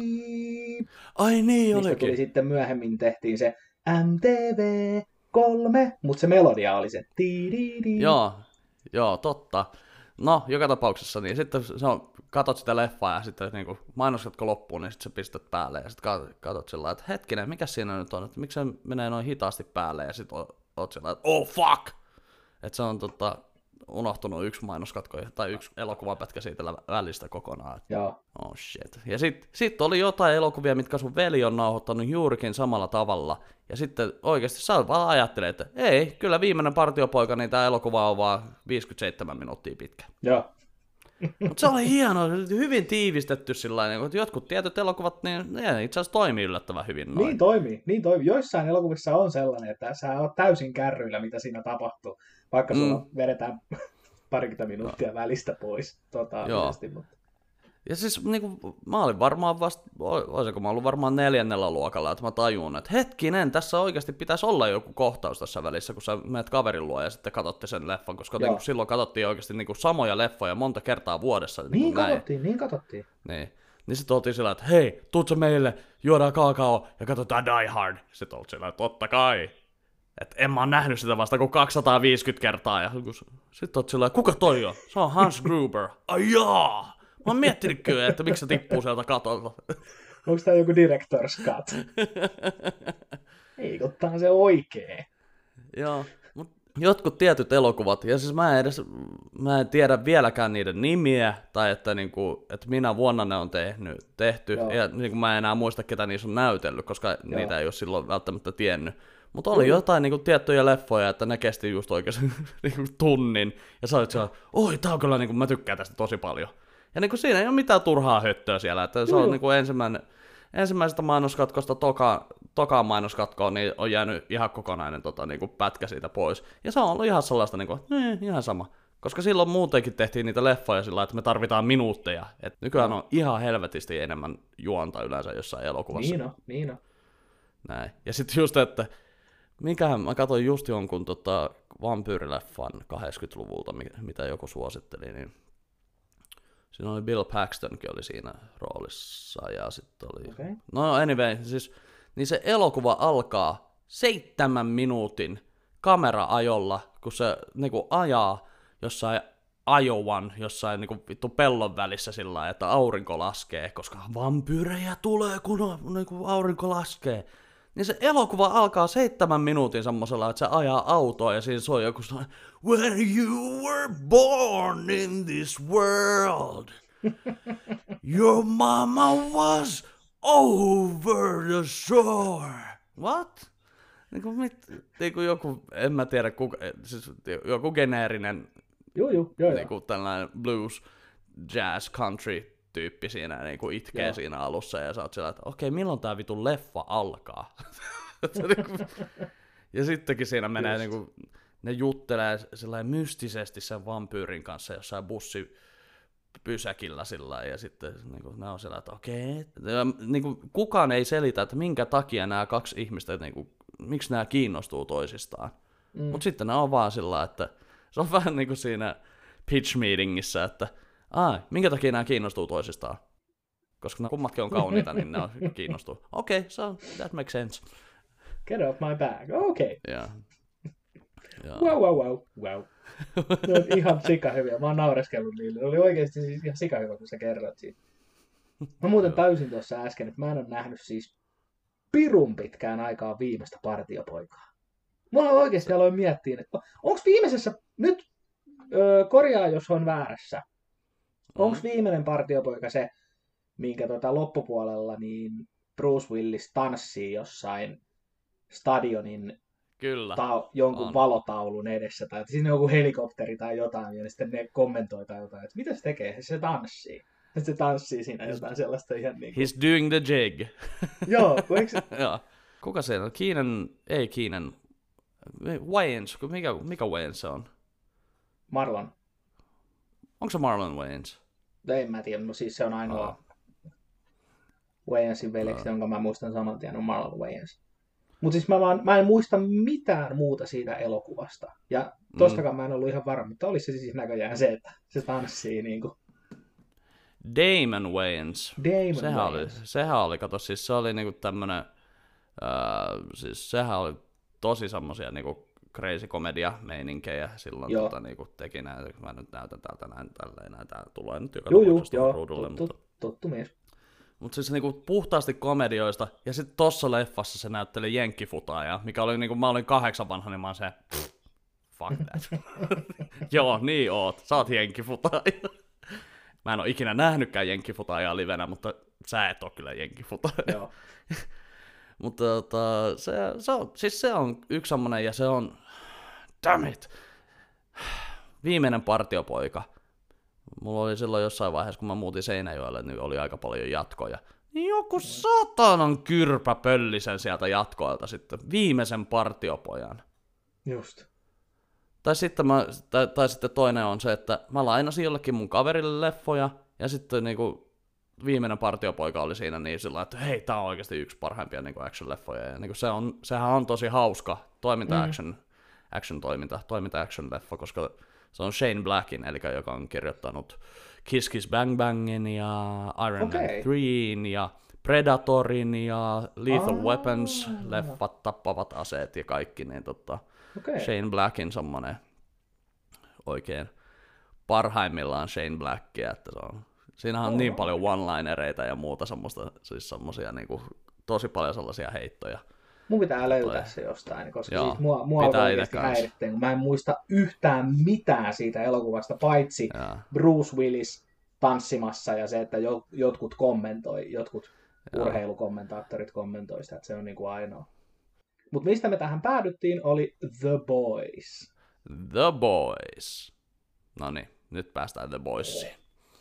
Speaker 1: Ai niin olikin.
Speaker 2: Mistä tuli sitten myöhemmin tehtiin se M T V kolme, mutta se melodia oli se di di di.
Speaker 1: Joo, joo, totta. No, joka tapauksessa, niin sitten se on, katot sitä leffaa ja sitten niin mainoskatko loppuun, niin sitten sä pistät päälle ja sitten katot sillä että hetkinen, mikä siinä nyt on, että miksi se menee noin hitaasti päälle ja sitten oot sillä että oh fuck! Että se on tota, unohtunut yksi mainoskatko tai yksi elokuvapätkä siitä välistä kokonaan.
Speaker 2: Joo.
Speaker 1: Oh shit. Ja sitten sit oli jotain elokuvia, mitkä sun veli on nauhoittanut juurikin samalla tavalla. Ja sitten oikeasti sä vaan ajattelet, että ei, kyllä viimeinen partiopoika, niin tää elokuva on vaan viisikymmentäseitsemän minuuttia pitkä.
Speaker 2: Joo.
Speaker 1: Mutta se oli hienoa, hyvin tiivistetty sillain, että jotkut tietyt elokuvat, niin ne itse asiassa toimii yllättävän hyvin noin.
Speaker 2: Niin toimii, niin toimii. Joissain elokuvissa on sellainen, että sä oot täysin kärryillä, mitä siinä tapahtuu, vaikka sulla mm. vedetään parikymmentä minuuttia no. välistä pois totaalisesti. Mutta...
Speaker 1: Ja siis niin kuin, mä olin varmaan vasta, olisiko mä ollut varmaan neljännellä luokalla, että mä tajun, että hetkinen, tässä oikeasti pitäisi olla joku kohtaus tässä välissä, kun sä menet kaverin luo ja sitten katsotte sen leffan, koska niin kuin, silloin katsottiin oikeasti niin kuin, samoja leffoja monta kertaa vuodessa. Niin,
Speaker 2: niin katsottiin, niin katsottiin.
Speaker 1: Niin. Niin sitten oltiin sillä, että hei, tuut sä meille, juodaan kaakao ja katsotaan Die Hard. Sitten oltiin sillä, että totta kai. Että en mä oon nähnyt sitä vasta kuin kaksisataaviisikymmentä kertaa. Ja sitten oot sillä, kuka toi on? Se on Hans Gruber. Ai jaa! Mä oon miettinyt kyllä, että miksi se tippuu sieltä katolta.
Speaker 2: Onko tää joku director's cut? Ei, kun tää on se oikee.
Speaker 1: Joo, mutta jotkut tietyt elokuvat, ja siis mä en, edes, mä en tiedä vieläkään niiden nimiä, tai että, niinku, että minä vuonna ne on tehnyt, tehty, Joo. ja niinku, mä en enää muista, ketä niissä on näytellyt, koska Joo. niitä ei ole silloin välttämättä tiennyt. Mutta oli jotain niinku, tiettyjä leffoja, että ne kesti just oikeasti niinku, tunnin, ja sä olit siellä, oi, tää on kyllä, niinku, mä tykkään tästä tosi paljon. Ja niin kuin siinä ei ole mitään turhaa höttöä siellä, että se on niin kuin ensimmäinen, ensimmäisestä mainoskatkosta toka, tokaan mainoskatkoon niin on jäänyt ihan kokonainen tota, niin kuin pätkä siitä pois. Ja se on ollut ihan sellaista, niin kuin, eh, ihan sama. Koska silloin muutenkin tehtiin niitä leffoja sillä, että me tarvitaan minuutteja. Et nykyään on ihan helvetisti enemmän juonta yleensä jossain elokuvassa.
Speaker 2: Niin on, niin on.
Speaker 1: Näin. Ja sitten just, että mikähän, mä katsoin just jonkun tota, vampyyrileffan kahdeksankymmentäluvulta, mitä joku suositteli, niin siinä oli Bill Paxtonkin oli siinä roolissa ja sitten oli...
Speaker 2: Okay.
Speaker 1: No anyway, siis niin se elokuva alkaa seitsemän minuutin kamera-ajolla, kun se niinku ajaa jossain Iowan, jossain niinku vittu pellon välissä sillä lailla, että aurinko laskee, koska vampyyrejä tulee, kun niinku aurinko laskee. Niin se elokuva alkaa seitsemän minuutin semmosella, että se ajaa autoa ja siinä soi joku sellainen When you were born in this world, your mama was over the shore. What? Niinku, mit, niinku joku, en mä tiedä, kuka, siis joku geneerinen
Speaker 2: Joo, joo, joo,
Speaker 1: niinku tällainen blues, jazz, country tyyppi siinä niinku itkee joo. siinä alussa ja sä oot sillä, että okei, okay, milloin tää vitun leffa alkaa? Ja sittenkin siinä menee niinku, ne juttelee sellainen mystisesti sen vampyyrin kanssa jossain bussipysäkillä sillä ja sitten niinku, ne on sillä, että okei, okay. Niinku, kukaan ei selitä, että minkä takia nämä kaksi ihmistä, niinku, miksi nämä kiinnostuu toisistaan. Mm. Mutta sitten ne on vaan sillä, että se on vähän niin kuin siinä pitch meetingissä, että ai, minkä takia nämä kiinnostuu toisistaan? Koska nämä kummatkin on kauniita, niin ne on kiinnostuu. Okei, okay, so that makes sense.
Speaker 2: Get off my bag. Okei. Okay.
Speaker 1: Yeah. Yeah.
Speaker 2: Wow, wow, wow, wow. Ne on ihan sikahyviä. Mä oon naureskellut niille. Ne oli oikeasti siis ihan sikahyvä, kun sä kerrot siitä. Mä muuten täysin tuossa äsken, että mä en ole nähnyt siis pirun pitkään aikaa viimeistä Partiopoikaa. Mulla oikeasti aloin miettiä, että onko viimeisessä, nyt öö, korjaa jos on väärässä, onko viimeinen Partiopoika se, minkä tota loppupuolella niin Bruce Willis tanssii jossain stadionin
Speaker 1: Kyllä,
Speaker 2: ta- jonkun
Speaker 1: on.
Speaker 2: valotaulun edessä, tai että siinä on joku helikopteri tai jotain, ja sitten ne kommentoi tai jotain, että mitä se tekee, se tanssii. Sitten se tanssii siinä jotain sellaista ihan niin kuin...
Speaker 1: He's doing the jig.
Speaker 2: Joo, eikö...
Speaker 1: Joo. Kuka se on? Keenan, ei Keenan, Wayans, mikä, mikä Wayans se on?
Speaker 2: Marlon.
Speaker 1: Onko se Marlon Wayans?
Speaker 2: No en mä tiedä, no siis se on ainoa oh. Wayansin veljeksi, oh. jonka mä muistan saman tien, on Marlon Wayans. Mutta siis mä, vaan, mä en muista mitään muuta siitä elokuvasta. Ja tostakaan mm. mä en ollut ihan varma, mutta olisi se siis näköjään se, että se tanssii niinku.
Speaker 1: Damon Wayans.
Speaker 2: Damon
Speaker 1: sehän
Speaker 2: Wayans.
Speaker 1: Oli, sehän oli, kato, siis se oli niinku tämmönen, äh, siis sehän oli tosi semmosia niinku crazy komedia meininkejä silloin tota, niinku teki näitä, mä nyt näytän täältä näin tälleen, näitä tulee nyt joka tapauksesta ruudulle.
Speaker 2: Tuttu,
Speaker 1: mutta...
Speaker 2: tuttu mies.
Speaker 1: Mutta siis niinku puhtaasti komedioista, ja sitten tossa leffassa se näytteli jenkkifutaajaa, mikä oli niinku, mä olin kahdeksan vanha, niin mä oon se, fuck that. Joo, niin oot, sä oot jenkkifutaaja. Mä en oo ikinä nähnytkään jenkkifutaajaa livenä, mutta sä et oo kyllä jenkkifutaaja.
Speaker 2: Joo.
Speaker 1: Mutta tota, se, se, on, siis se on yksi semmonen, ja se on, damn it, viimeinen Partiopoika. Mulla oli silloin jossain vaiheessa, kun mä muutin Seinäjoelle, niin oli aika paljon jatkoja. Niin joku satanan kyrpä pölli sen sieltä jatkoilta sitten. Viimeisen Partiopojan.
Speaker 2: Just.
Speaker 1: Tai sitten, mä, tai, tai sitten toinen on se, että mä lainasin jollekin mun kaverille leffoja, ja sitten niinku viimeinen Partiopoika oli siinä niin sillä, että hei, tää on oikeasti yksi parhaimpia niinku action-leffoja. Ja niinku se on, sehän on tosi hauska toiminta-action, mm. action-toiminta, toiminta-action-leffa, koska se on Shane Blackin, eli joka on kirjoittanut Kiss Kiss Bang Bangin ja Iron okay. Man kolmen ja Predatorin ja Lethal ah. Weapons, leffat, tappavat aseet ja kaikki, niin tota, okay. Shane Blackin semmonen oikein parhaimmillaan Shane Blackia, että se on, siinähän on oh. niin paljon one-linereita ja muuta semmoista, siis semmosia niinku, tosi paljon sellaisia heittoja.
Speaker 2: Mun pitää löytää se jostain, koska joo, siis mua, mua alkoi oikeasti häirittää, kun mä en muista yhtään mitään siitä elokuvasta, paitsi ja. Bruce Willis tanssimassa ja se, että jotkut kommentoi, jotkut ja. urheilukommentaattorit kommentoi sitä, että se on niin kuin ainoa. Mutta mistä me tähän päädyttiin, oli The Boys.
Speaker 1: The Boys. No niin, nyt päästään The Boysiin.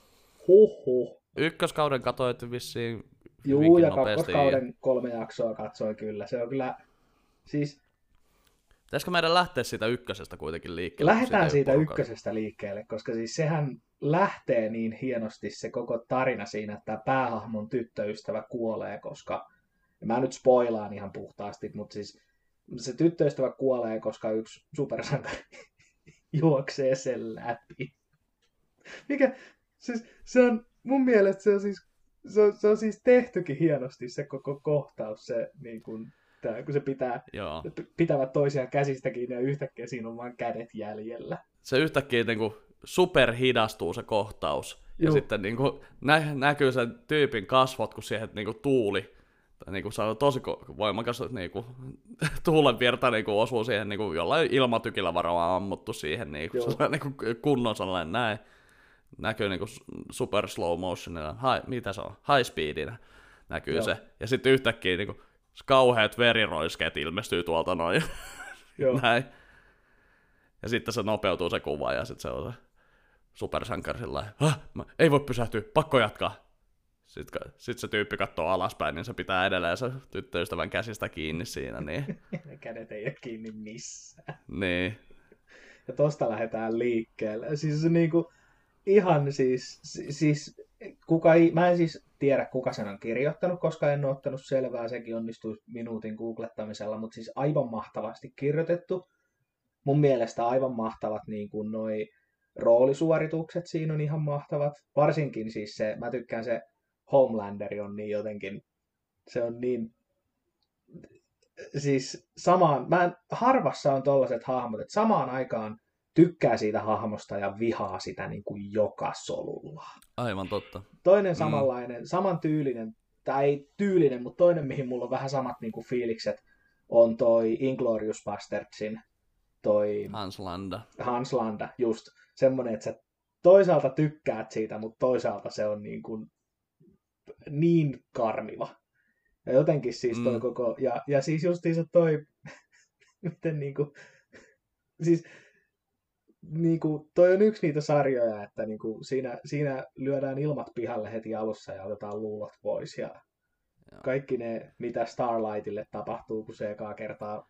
Speaker 2: Huhhuh.
Speaker 1: Ykköskauden katoit vissiin.
Speaker 2: Juu, ja kakkoskauden kolme jaksoa katsoin kyllä. Se on kyllä, siis...
Speaker 1: Pitäisikö meidän lähteä siitä ykkösestä kuitenkin liikkeelle?
Speaker 2: Lähdetään siitä ykkösestä liikkeelle, koska siis sehän lähtee niin hienosti se koko tarina siinä, että tämä päähahmon tyttöystävä kuolee, koska... Mä nyt spoilaan ihan puhtaasti, mutta siis se tyttöystävä kuolee, koska yksi supersankari juoksee sen läpi. Mikä, siis, se on, mun mielestä se on siis, se on, se on siis tehtykin hienosti se koko kohtaus, se niin kun, tää, kun se pitää,
Speaker 1: Joo.
Speaker 2: pitävät toisiaan käsistä kiinni ja yhtäkkiä siinä on vain kädet jäljellä.
Speaker 1: Se yhtäkkiä niin kuin superhidastuu se kohtaus. Ja Juh. sitten niin kuin, nä- näkyy sen tyypin kasvot, kun siihen niin kuin tuuli, tai niin kuin se on tosi voimakas niin kuin, tuulenvirta niin kuin osuu siihen niin kuin jollain ilmatykillä varoa ammuttu siihen niin kuin, se on, niin kuin kunnon sellainen näin. Näkyy niin kuin super slow motionilla, high, mitä se on, high speedinä näkyy Joo. se. Ja sitten yhtäkkiä niin kuin, kauheat veriroiskeet ilmestyy tuolta noin. näin. Ja sitten se nopeutuu se kuva ja sitten se on se supersankari sillä lailla, ei voi pysähtyä, pakko jatkaa. Sitten sit se tyyppi katsoo alaspäin, niin se pitää edelleen se tyttöystävän käsistä kiinni siinä. Niin.
Speaker 2: Ne kädet ei ole kiinni missään.
Speaker 1: Niin.
Speaker 2: Ja tosta lähdetään liikkeelle. Siis niinku ihan siis, siis kuka ei, mä en siis tiedä kuka sen on kirjoittanut, koska en ole ottanut selvää, sekin onnistui minuutin googlettamisella, mutta siis aivan mahtavasti kirjoitettu. Mun mielestä aivan mahtavat niin kuin noi roolisuoritukset siinä on ihan mahtavat. Varsinkin siis se, mä tykkään se Homelanderi on niin jotenkin, se on niin, siis samaan, mä en, harvassa on tollaiset hahmot, että samaan aikaan tykkää siitä hahmosta ja vihaa sitä niin kuin joka solulla.
Speaker 1: Aivan totta.
Speaker 2: Toinen samanlainen, mm. samantyylinen, tai ei tyylinen, mutta toinen mihin mulla on vähän samat niin kuin fiilikset, on toi Inglourious Bastardsin toi
Speaker 1: Hans Landa.
Speaker 2: Hans Landa, just semmoinen, että sä toisaalta tykkäät siitä, mutta toisaalta se on niin, kuin niin karmiva. Ja jotenkin siis toi mm. koko, ja, ja siis justiinsa toi, miten niinku, siis niinku, toi on yksi niitä sarjoja, että niinku siinä, siinä lyödään ilmat pihalle heti alussa ja otetaan luulot pois ja Joo. kaikki ne, mitä Starlightille tapahtuu, kun se ekaa kertaa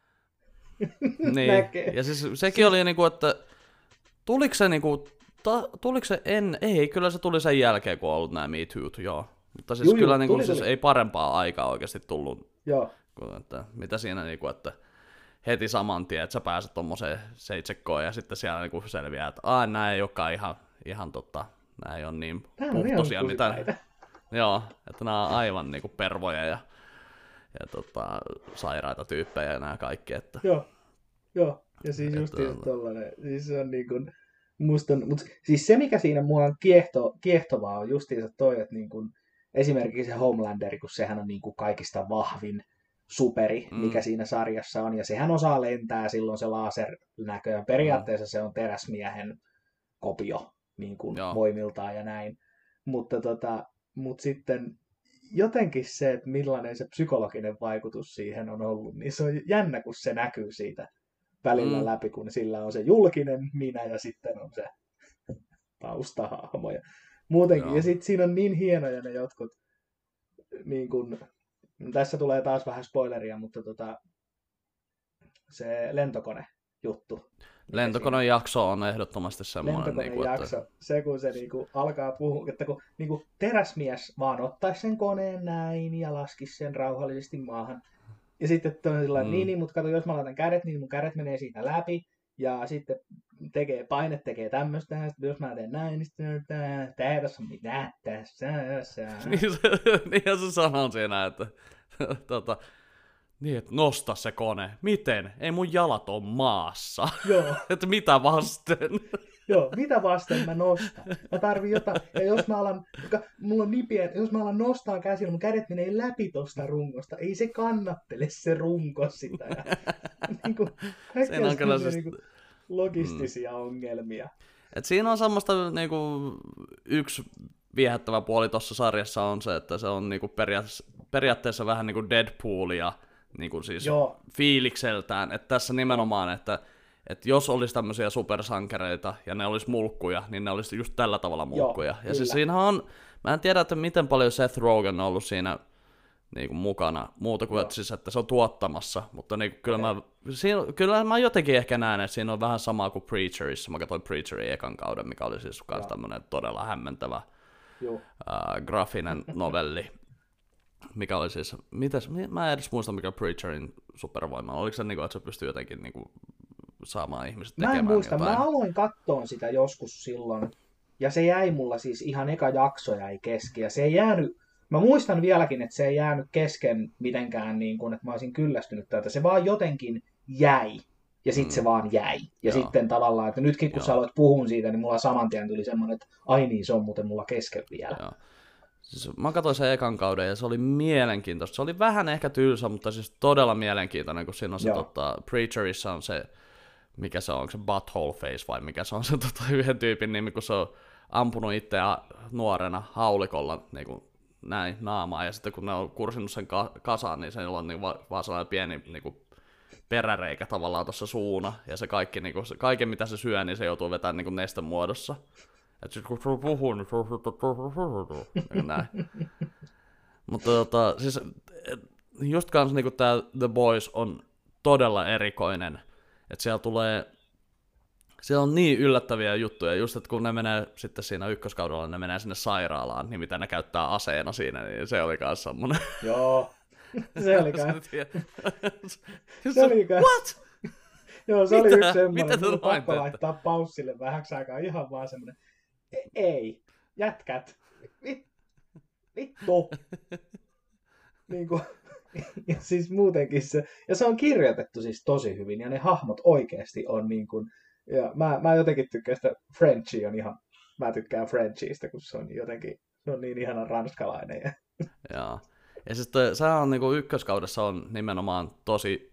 Speaker 1: niin. näkee. Ja siis sekin oli niinku, että tuliko se niinku, ta, tuliko se en, ei, kyllä se tuli sen jälkeen, kun on ollut nämä Me Too't, joo. Mutta siis Juju, kyllä niinku, tuli, siis tuli. Ei parempaa aikaa oikeasti tullut.
Speaker 2: Joo.
Speaker 1: Kun, että, mitä siinä niinku, että heti saman tien, että sä pääset tommoseen seitsekkoon ja sitten siellä niinku selviää, että aah, nää ei olekaan ihan, ihan tota, nää ei ole niin puhtoisia, mitä. Joo, että nää on aivan niinku pervoja ja, ja tota, sairaita tyyppejä ja nää kaikki. Että.
Speaker 2: Joo, joo. Ja siis just tollanen, siis se on niin kuin, musta on, mutta siis se mikä siinä mua on kiehto, kiehtovaa on justiinsa toi, että niin kuin, esimerkiksi se Homelanderi, kun sehän on niin kuin kaikista vahvin superi, mm. mikä siinä sarjassa on, ja sehän osaa lentää, silloin se lasernäkö, ja periaatteessa mm. se on teräsmiehen kopio niin kuin voimiltaan ja näin, mutta tota, mut sitten jotenkin se, että millainen se psykologinen vaikutus siihen on ollut, niin se on jännä, kun se näkyy siitä välillä mm. läpi, kun sillä on se julkinen minä ja sitten on se taustahahmo. Ja muutenkin. Joo. Ja sitten siinä on niin hienoja ne jotkut, niin kun, tässä tulee taas vähän spoileria, mutta tota, se lentokone-juttu.
Speaker 1: Lentokoneen jakso on ehdottomasti semmoinen.
Speaker 2: Lentokoneen
Speaker 1: niin kuin,
Speaker 2: jakso, että se kun se niin kuin, alkaa puhua, että kun niin kuin, teräsmies vaan ottaisi sen koneen näin ja laskisi sen rauhallisesti maahan. Ja sitten on sellainen, mm. niin, niin, mutta kato, jos mä laitan kädet, niin mun kädet menee siitä läpi. Ja sitten tekee, paine tekee tämmöistä, ja sitten jos mä teen näin, niin sitten tää, tää ei tässä ole mitään tässä.
Speaker 1: Niin ja se sanoo siinä, että tota, niin, että nosta se kone. Miten? Ei mun jalat on maassa.
Speaker 2: Joo.
Speaker 1: Että mitä vasten?
Speaker 2: Joo, mitä vasten mä nostan? Mä tarvin jotain. Ja jos mä alan, mulla on niin pieni, jos mä alan nostaa käsillä, mun kädet menee läpi tosta rungosta. Ei se kannattele se runko sitä. Ja, niin kuin,
Speaker 1: siinä on kyllä se
Speaker 2: niin kuin logistisia mm. ongelmia.
Speaker 1: Et siinä on semmoista niin kuin, yksi viehättävä puoli tuossa sarjassa on se, että se on niin kuin periaatteessa, periaatteessa vähän niin kuin Deadpoolia niin kuin siis
Speaker 2: Joo.
Speaker 1: fiilikseltään. Että tässä nimenomaan, että että jos olisi tämmöisiä supersankareita ja ne olisi mulkkuja, niin ne olisi just tällä tavalla mulkkuja. Joo, ja siis siinä on, mä en tiedä, että miten paljon Seth Rogen on ollut siinä niin kuin mukana, muuta kuin että, siis, että se on tuottamassa, mutta niin, kyllä, mä, siinä, kyllä mä jotenkin ehkä näen, että siinä on vähän samaa kuin Preacherissa. Mä katsoin Preacherin ekan kauden, mikä oli siis myös tämmöinen todella hämmentävä äh, grafinen novelli. mikä oli siis, mitäs, mä en edes muista mikä Preacherin supervoima on. Oliko se niin kuin, että se pystyy jotenkin niin kuin, saamaan ihmiset tekemään
Speaker 2: Mä en muista,
Speaker 1: jotain?
Speaker 2: mä aloin kattoon sitä joskus silloin, ja se jäi mulla siis ihan eka jakso jäi kesken, ja se ei jäänyt, mä muistan vieläkin, että se ei jäänyt kesken mitenkään niin kuin, että mä olisin kyllästynyt täältä, se vaan jotenkin jäi, ja sitten mm. se vaan jäi. Ja Joo. sitten tavallaan, että nytkin kun Joo. sä aloit puhua siitä, niin mulla saman tien tuli semmoinen, että ai niin, se on muuten mulla kesken vielä.
Speaker 1: Joo. Siis mä katsoin sen ekan kauden ja se oli mielenkiintoista. Se oli vähän ehkä tylsä, mutta siis todella mielenkiintoinen, kun siinä on se tota, Preacherissa on se, mikä se on, onko se Butthole Face vai mikä se on se tota, yhden tyypin nimi, kun se on ampunut itseään nuorena haulikolla niin kuin, näin naamaa ja sitten kun ne on kursinut sen ka- kasaan, niin se on niin va- vaan sellainen pieni niin kuin, peräreikä tavallaan tuossa suuna ja se kaikki, niin kuin, se, kaiken mitä se syö, niin se joutuu vetämään niin kuin nesteen muodossa. Että sit kun se puhuu, niin se on näin. Mutta tota, siis just kans niinku tää The Boys on todella erikoinen. Että siellä tulee, siellä on niin yllättäviä juttuja, just että kun ne menee sitten siinä ykköskaudella, ne menee sinne sairaalaan, niin mitä ne käyttää aseena siinä, niin se oli kans semmonen.
Speaker 2: Joo, se oli kans. Se oli kans.
Speaker 1: What?
Speaker 2: Joo, se mitä? Oli yksi semmoinen, että mun pakko laittaa paussille vähäksi aikaa, ihan vaan semmoinen. Ei, jätkät, vittu. Niin kuin, ja siis muutenkin se, ja se on kirjoitettu siis tosi hyvin, ja ne hahmot oikeasti on niin kuin, ja mä, mä jotenkin tykkään sitä, Frenchie on ihan, mä tykkään Frenchieista, kun se on jotenkin, se on niin ihana ranskalainen. Ja,
Speaker 1: Jaa. Ja siis se on niin kuin ykköskaudessa on nimenomaan tosi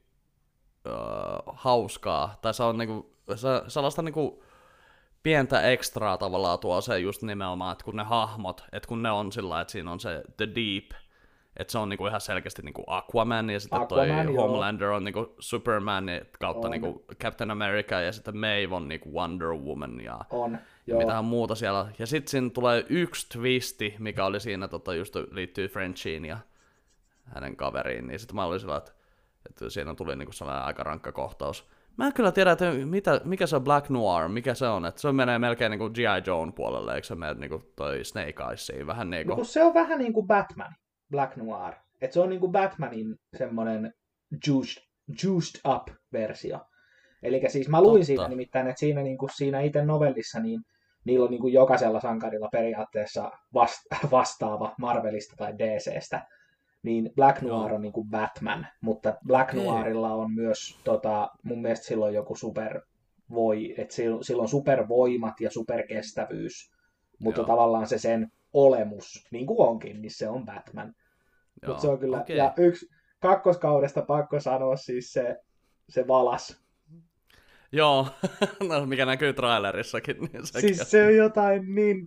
Speaker 1: uh, hauskaa, tai se on niin kuin, se, sellaista niin kuin, pientä ekstraa tavallaan tuo se just nimenomaan, että kun ne hahmot, että kun ne on sillä että siinä on se The Deep, että se on niinku ihan selkeästi niinku Aquaman, ja sitten Aquaman, toi joo. Homelander on niinku Superman kautta niinku Captain America, ja sitten Maeve on niinku Wonder Woman, ja
Speaker 2: on,
Speaker 1: mitähän muuta siellä. Ja sitten siinä tulee yksi twisti, mikä oli siinä, tota, just liittyy Frenchiin ja hänen kaveriin, niin sitten mä olin sillä, että, että siinä tuli niinku sellainen aika rankka kohtaus. Mä en kyllä tiedä, että mitä, mikä se on Black Noir, mikä se on, että se menee melkein niin kuin G I. Joe puolelle, eikö se mene niin kuin toi Snake Eyesiin, vähän niin kuin...
Speaker 2: No, se on vähän niin kuin Batman, Black Noir, että se on niin kuin Batmanin semmoinen juiced, juiced up versio. Eli siis mä luin Totta. Siitä nimittäin, että siinä, niin kuin siinä itse novellissa, niin niillä on niin kuin jokaisella sankarilla periaatteessa vasta- vastaava Marvelista tai D C:stä. Niin Black Noir Joo. on niin kuin Batman, mutta Black Noirilla on myös, tota, mun mielestä silloin joku super voi, että sillä on supervoimat ja superkestävyys, mutta Joo. tavallaan se sen olemus, niin kuin onkin, niin se on Batman. Mutta se on kyllä, okay. Ja yksi kakkoskaudesta pakko sanoa siis se, se valas.
Speaker 1: Joo, no, mikä näkyy trailerissakin. Niin
Speaker 2: siis se on jotain niin,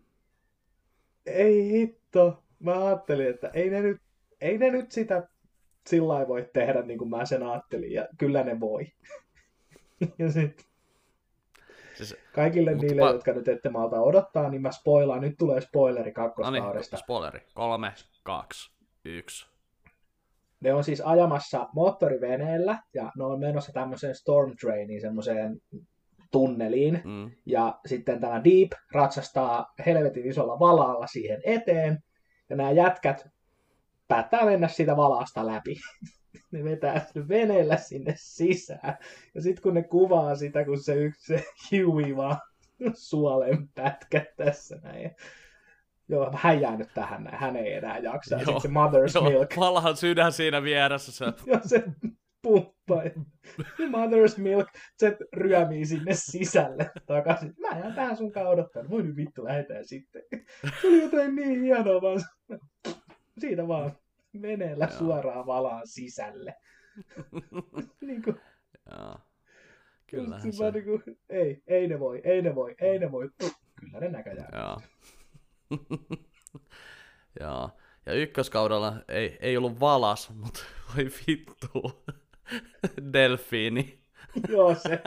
Speaker 2: ei hitto, mä ajattelin, että ei ne nyt Ei ne nyt sitä sillä lailla voi tehdä, niin kuin mä sen ajattelin, ja kyllä ne voi. ja sit, siis, kaikille niille, pa- jotka nyt ette malta odottaa, niin mä spoilaan. Nyt tulee spoileri kakkoskaudesta.
Speaker 1: No niin, spoileri. Kolme, kaksi, yksi.
Speaker 2: Ne on siis ajamassa moottoriveneellä, ja ne on menossa tämmöiseen storm trainiin, semmoiseen tunneliin. Mm. Ja sitten tämä Deep ratsastaa helvetin isolla valaalla siihen eteen, ja nämä jätkät päättää mennä siitä valaasta läpi. Ne vetää veneellä sinne sisään. Ja sitten kun ne kuvaa sitä, kun se yksi se Huey vaan suolen pätkät tässä näin. Ja joo, hän jää nyt tähän näin. Hän ei enää jaksa. Sitten se Mother's joo, Milk.
Speaker 1: Valahan sydän siinä vieressä. Se...
Speaker 2: joo, se pumppaa. Se Mother's Milk, se ryömii sinne sisälle takaisin. Mä jään tähän sunkaan odottanut. Voi nyt vittu, lähetään sitten. Se oli jotain niin hienoa vaan. Siitä vaan veneellä Joo. suoraan valaan sisälle. niin kuin,
Speaker 1: Joo. Kyllähän
Speaker 2: se. Niin kuin, ei, ei ne voi, ei ne voi, ei ne voi. Kyllä ne näköjään.
Speaker 1: Joo. Joo. Ja ykköskaudella ei, ei ollut valas, mutta voi vittu. Delfiini.
Speaker 2: Joo se.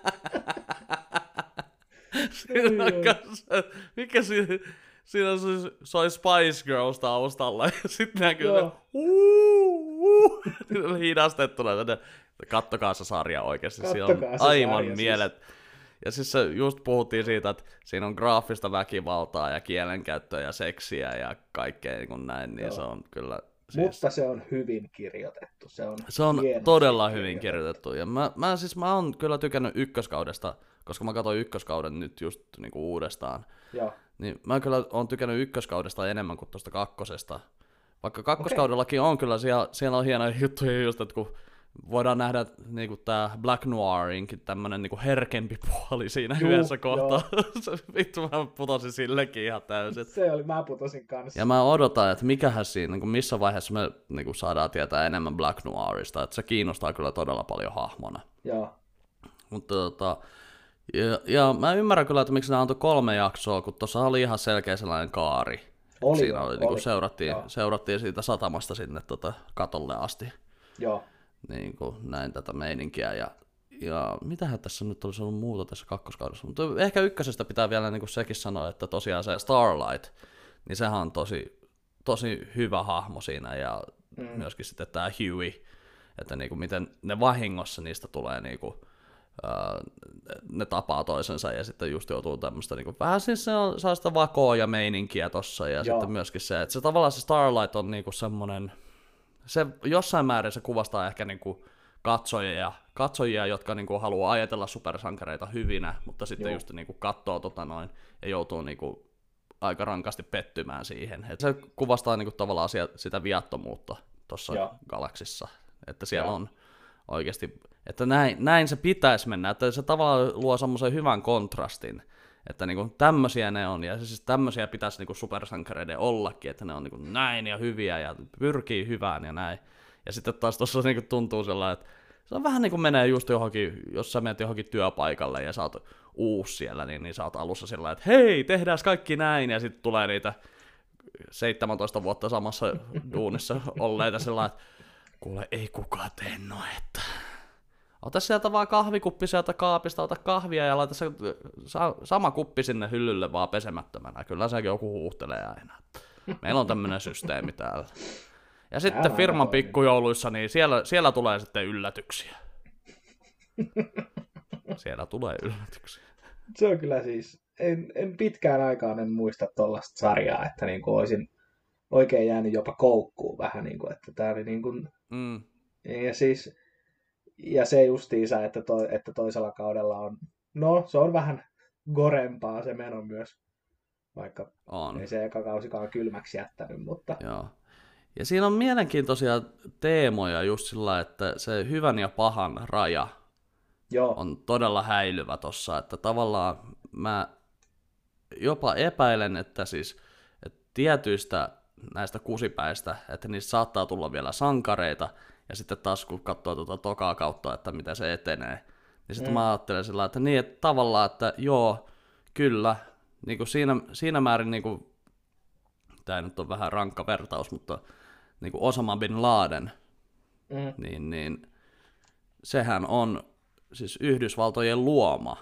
Speaker 1: Siinä on kanssa, mikä siinä... Siinä on se, soi Spice Girls taustalla, ja sitten näkyy se uuu, hidastettuna. Kattokaa se sarja oikeasti, siinä on aivan mielet. Siis. Ja siis se, just puhuttiin siitä, että siinä on graafista väkivaltaa ja kielenkäyttöä ja seksiä ja kaikkea niin kuin näin, niin Joo. se on kyllä Siis,
Speaker 2: mutta se on hyvin kirjoitettu. Se on,
Speaker 1: se on todella hyvin kirjoitettu. Ja mä, mä, siis, mä oon kyllä tykännyt ykköskaudesta, koska mä katsoin ykköskauden nyt just niinku uudestaan.
Speaker 2: Joo.
Speaker 1: Niin mä kyllä oon tykännyt ykköskaudesta enemmän kuin tuosta kakkosesta. Vaikka kakkoskaudellakin on kyllä, siellä, siellä on hienoja juttuja just, että kun voidaan nähdä niinku tää Black Noirinkin tämmönen niinku herkempi puoli siinä Juu, yhdessä kohtaa. Vittu, mä putosin sillekin ihan täysin.
Speaker 2: Se oli, mä putosin kanssa.
Speaker 1: Ja mä odotan, että mikähän siinä, niinku missä vaiheessa me niinku saadaan tietää enemmän Black Noirista, että se kiinnostaa kyllä todella paljon hahmona.
Speaker 2: Joo.
Speaker 1: Mutta tota, ja, ja mä ymmärrän kyllä, että miksi ne antoi kolme jaksoa, kun tuossa oli ihan selkeä sellainen kaari.
Speaker 2: Oli,
Speaker 1: siinä oli,
Speaker 2: oli.
Speaker 1: Niin seurattiin, seurattiin siitä satamasta sinne tota, katolle asti.
Speaker 2: Joo.
Speaker 1: Niin kuin näin tätä meininkiä. Ja, ja mitähän tässä nyt olisi ollut muuta tässä kakkoskaudessa. Mutta ehkä ykkösestä pitää vielä niin kuin sekin sanoa, että tosiaan se Starlight, niin sehän on tosi, tosi hyvä hahmo siinä. Ja mm. myöskin sitten tämä Huey, että niin kuin miten ne vahingossa niistä tulee niin kuin, ne tapaa toisensa ja sitten just joutuu tämmöistä niinku, vähän siis se on sellaista vakoa ja meininkiä tossa ja Joo. sitten myöskin se, että se tavallaan se Starlight on niinku semmonen, se jossain määrin se kuvastaa ehkä niinku katsojia, katsojia, jotka niinku haluaa ajatella supersankareita hyvinä, mutta sitten Joo. just niinku katsoo tota noin ja joutuu niinku aika rankasti pettymään siihen. Et se kuvastaa niinku tavallaan sitä viattomuutta tuossa galaksissa, että siellä Joo. on oikeasti, että näin, näin se pitäisi mennä, että se tavallaan luo semmoisen hyvän kontrastin, että niinku tämmöisiä ne on, ja siis tämmöisiä pitäisi niinku supersankareiden ollakin, että ne on niinku näin ja hyviä ja pyrkii hyvään ja näin. Ja sitten taas tuossa niinku tuntuu sellainen, että se on vähän niin kuin menee just johonkin, jos sä menet johonkin työpaikalle ja sä oot uusi siellä, niin, niin sä oot alussa sillä että hei, tehdään kaikki näin, ja sitten tulee niitä seitsemäntoista vuotta samassa duunissa olleita sellainen, että kuule, ei kukaan tee noin, että ota sieltä vaan kahvikuppi sieltä kaapista, ota kahvia ja laita se sama kuppi sinne hyllylle vaan pesemättömänä. Kyllä sekin joku huuhtelee aina. Meillä on tämmöinen systeemi täällä. Ja sitten Älä firman pikkujouluissa, niin siellä, siellä tulee sitten yllätyksiä. Siellä tulee yllätyksiä.
Speaker 2: Se on kyllä siis, en, en pitkään aikaan en muista tuollaista sarjaa, että niin kuin olisin oikein jäänyt jopa koukkuun vähän, niin kuin, että tämä oli niin kuin, mm. ja siis, ja se justiinsa, että, to, että toisella kaudella on, no se on vähän gorempaa se meno myös, vaikka on. Ei se eka kausikaan kylmäksi jättänyt, mutta...
Speaker 1: Joo. Ja siinä on mielenkiintoisia teemoja just sillä, että se hyvän ja pahan raja
Speaker 2: Joo.
Speaker 1: on todella häilyvä tossa, että tavallaan mä jopa epäilen, että siis että tietyistä näistä kusipäistä, että niistä saattaa tulla vielä sankareita, ja sitten taas kun katsoo tuota tokaa kautta, että miten se etenee, niin sitten mm. mä ajattelen sillä että niin, että tavallaan, että joo, kyllä, niin kuin siinä, siinä määrin, niin kuin, tämä nyt on vähän rankka vertaus, mutta niin kuin Osama Bin Laden, mm. niin, niin sehän on siis Yhdysvaltojen luoma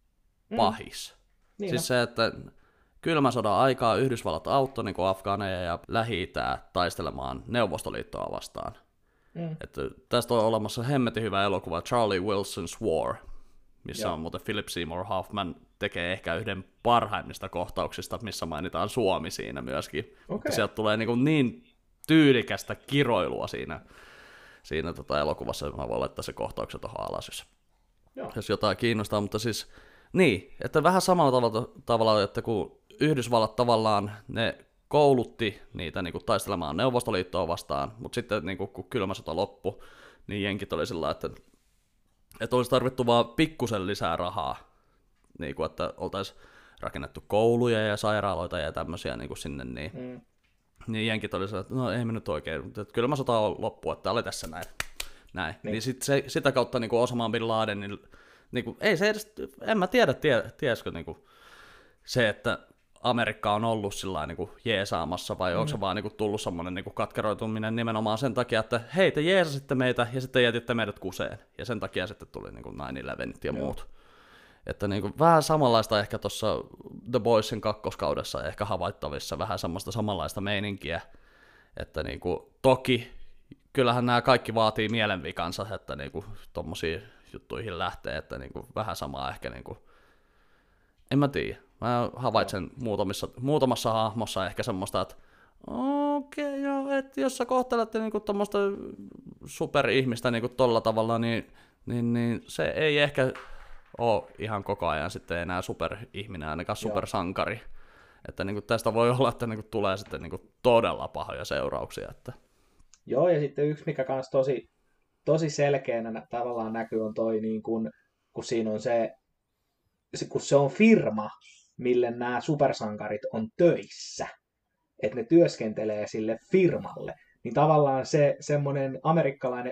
Speaker 1: pahis. Mm. Niin siis on. Se, että kylmän sodan aikaa Yhdysvallat auttoi niin Afgaaneja ja Lähi-Itää taistelemaan Neuvostoliittoa vastaan. Mm. Että tästä on olemassa hemmetin hyvä elokuva Charlie Wilson's War, missä Joo. on muuten Philip Seymour Hoffman tekee ehkä yhden parhaimmista kohtauksista, missä mainitaan Suomi siinä myöskin. Okay. Mutta sieltä tulee niin, niin tyylikästä kiroilua siinä, siinä tota elokuvassa, että mä voin laittaa se kohtauksen tuohon alas, jos, jos jotain kiinnostaa. Mutta siis niin, että vähän samalla tavalla, tavalla että kun Yhdysvallat tavallaan ne koulutti niitä niin kuin taistelemaan Neuvostoliittoa vastaan, mutta sitten niin kuin, kun kylmä sota loppui, niin jenkit oli sillä että, että olisi tarvittu vaan pikkusen lisää rahaa, niin kuin, että oltaisiin rakennettu kouluja ja sairaaloita ja tämmöisiä niin kuin sinne, niin, mm. niin jenkit oli sillä että no ei me nyt oikein, että kylmä sota on loppu, että oli tässä näin. näin. Niin, niin sit se, sitä kautta niin kuin Osama Bin Laden, niin, niin kuin, ei se edes, en mä tiedä, tie, tiesikö niin kuin, se, että Amerikka on ollut sillä niin kuin jeesaamassa, vai mm. onko se vaan niin kuin tullut semmoinen niin kuin katkeroituminen nimenomaan sen takia, että hei, te jeesasitte meitä ja sitten jätitte meidät kuseen. Ja sen takia sitten tuli niin kuin nine eleven ja Joo. muut. Että niin kuin vähän samanlaista ehkä tuossa The Boysin kakkoskaudessa ehkä havaittavissa, vähän semmoista samanlaista meininkiä. Että niin kuin, toki, kyllähän nämä kaikki vaatii mielenvikansa, että niin kuin tommosiin juttuihin lähtee, että niin kuin vähän samaa ehkä, niin kuin, en mä tiedä. Mä havaitsen muutamissa, muutamassa hahmossa ehkä semmoista, että Okei, okay, joo, että jos sä kohtelette niinku tommoista superihmistä niinku tolla tavalla, niin, niin, niin se ei ehkä ole ihan koko ajan sitten enää superihminen, ainakaan supersankari. Että niinku tästä voi olla, että niinku tulee sitten niinku todella pahoja seurauksia. Että...
Speaker 2: Joo, ja sitten yksi, mikä kans tosi, tosi selkeänä tavallaan näkyy, on toi, niin kun, kun siinä on se, kun se on firma, mille nämä supersankarit on töissä, että ne työskentelee sille firmalle, niin tavallaan se semmoinen amerikkalainen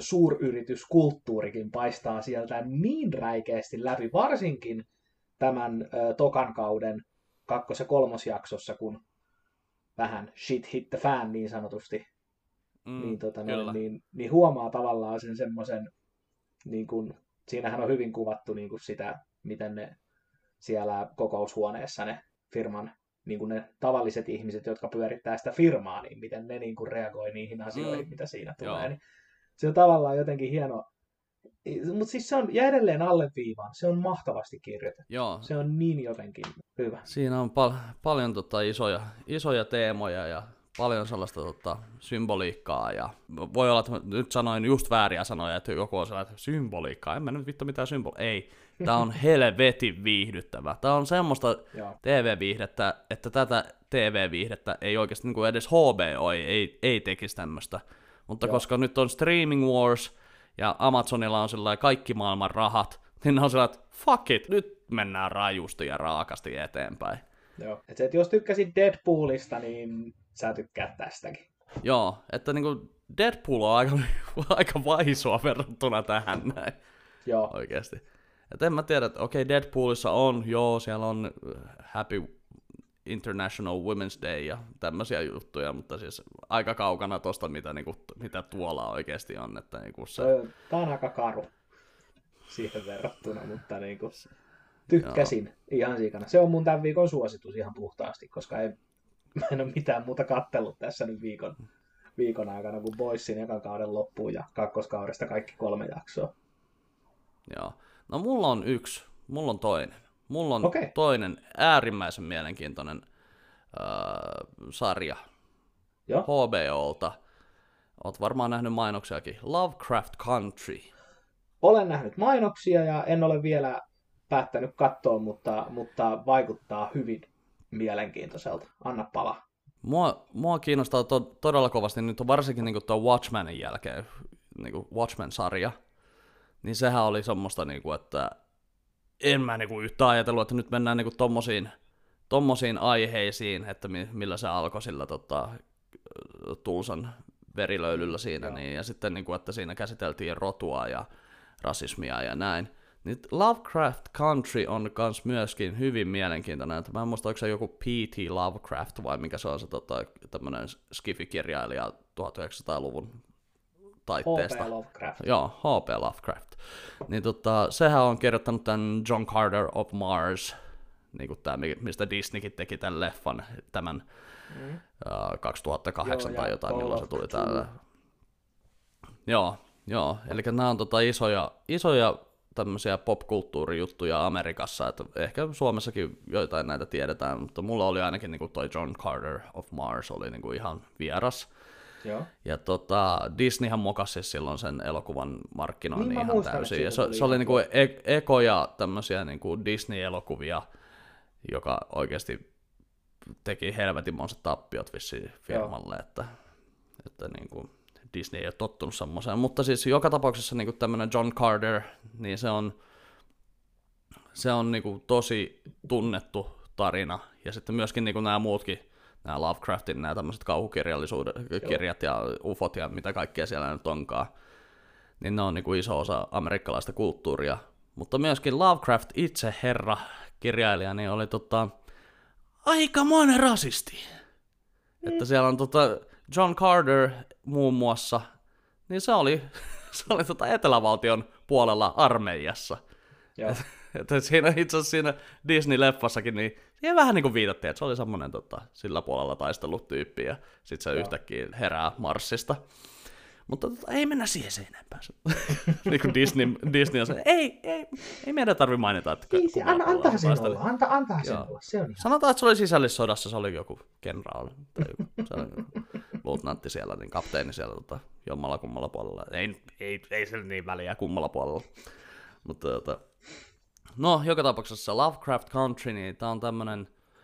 Speaker 2: suuryrityskulttuurikin paistaa sieltä niin räikeästi läpi, varsinkin tämän ö, tokan kauden kakkos- ja kolmosjaksossa, kun vähän shit hit the fan niin sanotusti, mm, niin, tota, no, niin, niin huomaa tavallaan sen semmoisen, niin kun, siinähän on hyvin kuvattu niin kun sitä, miten ne siellä kokoushuoneessa ne firman, niin kuin ne tavalliset ihmiset, jotka pyörittää sitä firmaa, niin miten ne niin kuin reagoi niihin asioihin, mm. mitä siinä tulee. Niin se on tavallaan jotenkin hieno. Mutta siis se on, ja edelleen alleviivaan, se on mahtavasti kirjoitettu.
Speaker 1: Joo.
Speaker 2: Se on niin jotenkin hyvä.
Speaker 1: Siinä on pal- paljon tota isoja, isoja teemoja ja paljon sellaista tota, symboliikkaa. Ja voi olla, että nyt sanoin just vääriä sanoja, että joku on sellainen, että symboliikkaa, en mä nyt vittu mitään symboliikkaa. Ei, tää on helvetin viihdyttävä. Tää on semmoista T V-viihdettä, että tätä T V-viihdettä ei oikeasti niin kuin edes H B O ei, ei, ei tekisi tämmöistä. Mutta Joo. koska nyt on Streaming Wars ja Amazonilla on sellainen kaikki maailman rahat, niin ne on sellainen, että fuck it, nyt mennään rajusti ja raakasti eteenpäin.
Speaker 2: Joo, et se, et jos tykkäsit Deadpoolista, niin sä tykkäät tästäkin.
Speaker 1: Joo, että niinku Deadpool on aika, aika vaisua verrattuna tähän näin.
Speaker 2: Joo.
Speaker 1: Oikeesti. Et en mä tiedä, että okei, okay, Deadpoolissa on, joo, siellä on Happy International Women's Day ja tämmöisiä juttuja, mutta siis aika kaukana tosta, mitä, niinku, mitä tuolla oikeesti on. Että niinku se...
Speaker 2: Tää on aika karu siihen verrattuna, mutta niinku... Tykkäsin Joo. ihan siikana. Se on mun tämän viikon suositus ihan puhtaasti, koska ei, mä en ole mitään muuta kattellut tässä nyt viikon, viikon aikana kuin Boysin ekan kauden loppuun ja kakkoskaudesta kaikki kolme jaksoa.
Speaker 1: Joo. No mulla on yksi, mulla on toinen. Mulla on
Speaker 2: okay.
Speaker 1: toinen äärimmäisen mielenkiintoinen äh, sarja
Speaker 2: Joo.
Speaker 1: H B O:lta. Oot varmaan nähnyt mainoksiakin. Lovecraft Country.
Speaker 2: Olen nähnyt mainoksia ja en ole vielä päättänyt katsoa, mutta, mutta vaikuttaa hyvin mielenkiintoiselta. Anna palaa.
Speaker 1: Mua, mua kiinnostaa to, todella kovasti nyt varsinkin niin tuo Watchmenin jälkeen, niin Watchmen-sarja. Niin sehän oli semmoista, niin kuin, että en mä niin kuin yhtään ajatellut, että nyt mennään niin tommosiin, tommosiin aiheisiin, että mi, millä se alkoi sillä tota, Tulsan verilöylyllä siinä. Niin, ja sitten, niin kuin, että siinä käsiteltiin rotua ja rasismia ja näin. Nyt Lovecraft Country on kans myöskin hyvin mielenkiintoinen. Mä en muista, onko se joku P T Lovecraft vai mikä se on se tota, tämmönen skifi-kirjailija tuhatyhdeksänsataaluvun taitteesta.
Speaker 2: H P Lovecraft.
Speaker 1: Joo, H P Lovecraft. Niin tota, sehän on kirjoittanut tämän John Carter of Mars, niin kuin tää, mistä Disneykin teki tämän leffan, tämän mm. uh, kaksituhattakahdeksan joo, tai jotain, milloin se tuli täällä. Joo, joo, eli nämä on tota isoja, isoja tämmöisiä popkulttuurijuttuja Amerikassa, että ehkä Suomessakin joitain näitä tiedetään, mutta mulla oli ainakin niin kuin toi John Carter of Mars oli niin kuin ihan vieras.
Speaker 2: Joo.
Speaker 1: Ja tota, Disneyhän mokasi silloin sen elokuvan markkinoinnin
Speaker 2: niin,
Speaker 1: ihan
Speaker 2: muistan,
Speaker 1: täysin. Ja se, se oli niin kuin e- ekoja tämmöisiä niin kuin Disney-elokuvia, joka oikeasti teki helvetinmoiset tappiot vissiin firmalle, Joo. että, että niin kuin Disney ei ole tottunut semmoiseen, mutta siis joka tapauksessa niin tämmöinen John Carter, niin se on, se on niin tosi tunnettu tarina, ja sitten myöskin niin nämä muutkin, nämä Lovecraftin, nämä tämmöiset kauhukirjat ja ufot ja mitä kaikkea siellä nyt onkaan, niin ne on niin iso osa amerikkalaista kulttuuria, mutta myöskin Lovecraft itse, herra kirjailija, niin oli tota, aikamoinen rasisti, mm. että siellä on tota, John Carter muun muassa, niin se oli, se oli tota Etelävaltion puolella armeijassa. Et, et siinä itse asiassa siinä Disney-leffassakin, niin siihen vähän niin kuin viitattiin, että se oli semmoinen tota, sillä puolella taistellut tyyppi, ja sitten se Joo. yhtäkkiä herää Marsista. Mutta tota, ei mennä siihen sen enempää. Niin kuin Disney, Disney on se, ei, ei, ei meidän tarvitse mainita, että
Speaker 2: ei, se, anna, antaa sen olla, anta, antaa sen olla, se on ihan.
Speaker 1: Sanotaan, että se oli sisällissodassa, se oli joku kenraali, tai joku, se oli joku luutnantti siellä, niin kapteeni siellä tota, jommalla kummalla puolella. Ei, ei, ei se niin väliä kummalla puolella. Mutta tota, no, joka tapauksessa Lovecraft Country, niin tää on tämmönen,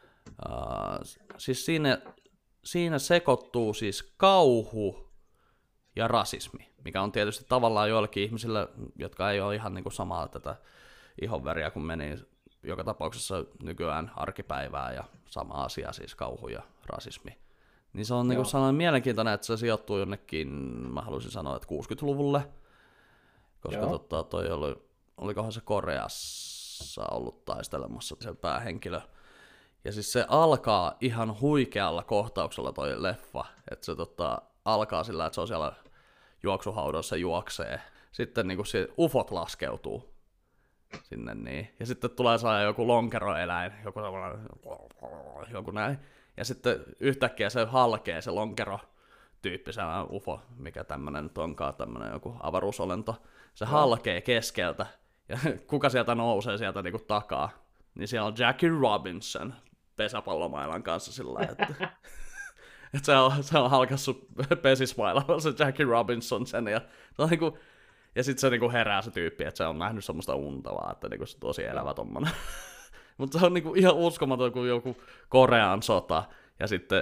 Speaker 1: uh, siis siinä, siinä sekoittuu siis kauhu ja rasismi, mikä on tietysti tavallaan joillekin ihmisille, jotka ei ole ihan niinku samaa tätä ihonväriä kuin meni joka tapauksessa nykyään arkipäivää ja sama asia, siis kauhu ja rasismi. Niin se on niinku sellainen mielenkiintoinen, että se sijoittuu jonnekin, mä haluaisin sanoa, että kuusikymmentäluvulle, koska totta, toi oli, olikohan se Koreassa ollut taistelemassa se päähenkilö. Ja siis se alkaa ihan huikealla kohtauksella toi leffa, että se tota, alkaa sillä, että se on siellä juoksuhaudossa juoksee. Sitten niinku se ufot laskeutuu sinne niin. Ja sitten tulee sellainen joku lonkeroeläin, joku sellainen, joku näin. Ja sitten yhtäkkiä se halkee se lonkero tyyppi, sellainen ufo, mikä tämmönen nyt onkaan, tämmönen joku avaruusolento. Se halkee keskeltä. Ja kuka sieltä nousee sieltä niinku takaa? Niin siellä on Jackie Robinson pesäpallomailan kanssa sillä että, että se on, se on halkassut pesismailalla se Jackie Robinson sen. Ja, niinku, ja sitten se niinku herää se tyyppi, että se on nähnyt semmoista unta vaan, että niinku se tosi elävä tommonen. Mutta se on niinku ihan uskomaton kuin joku Korean sota ja sitten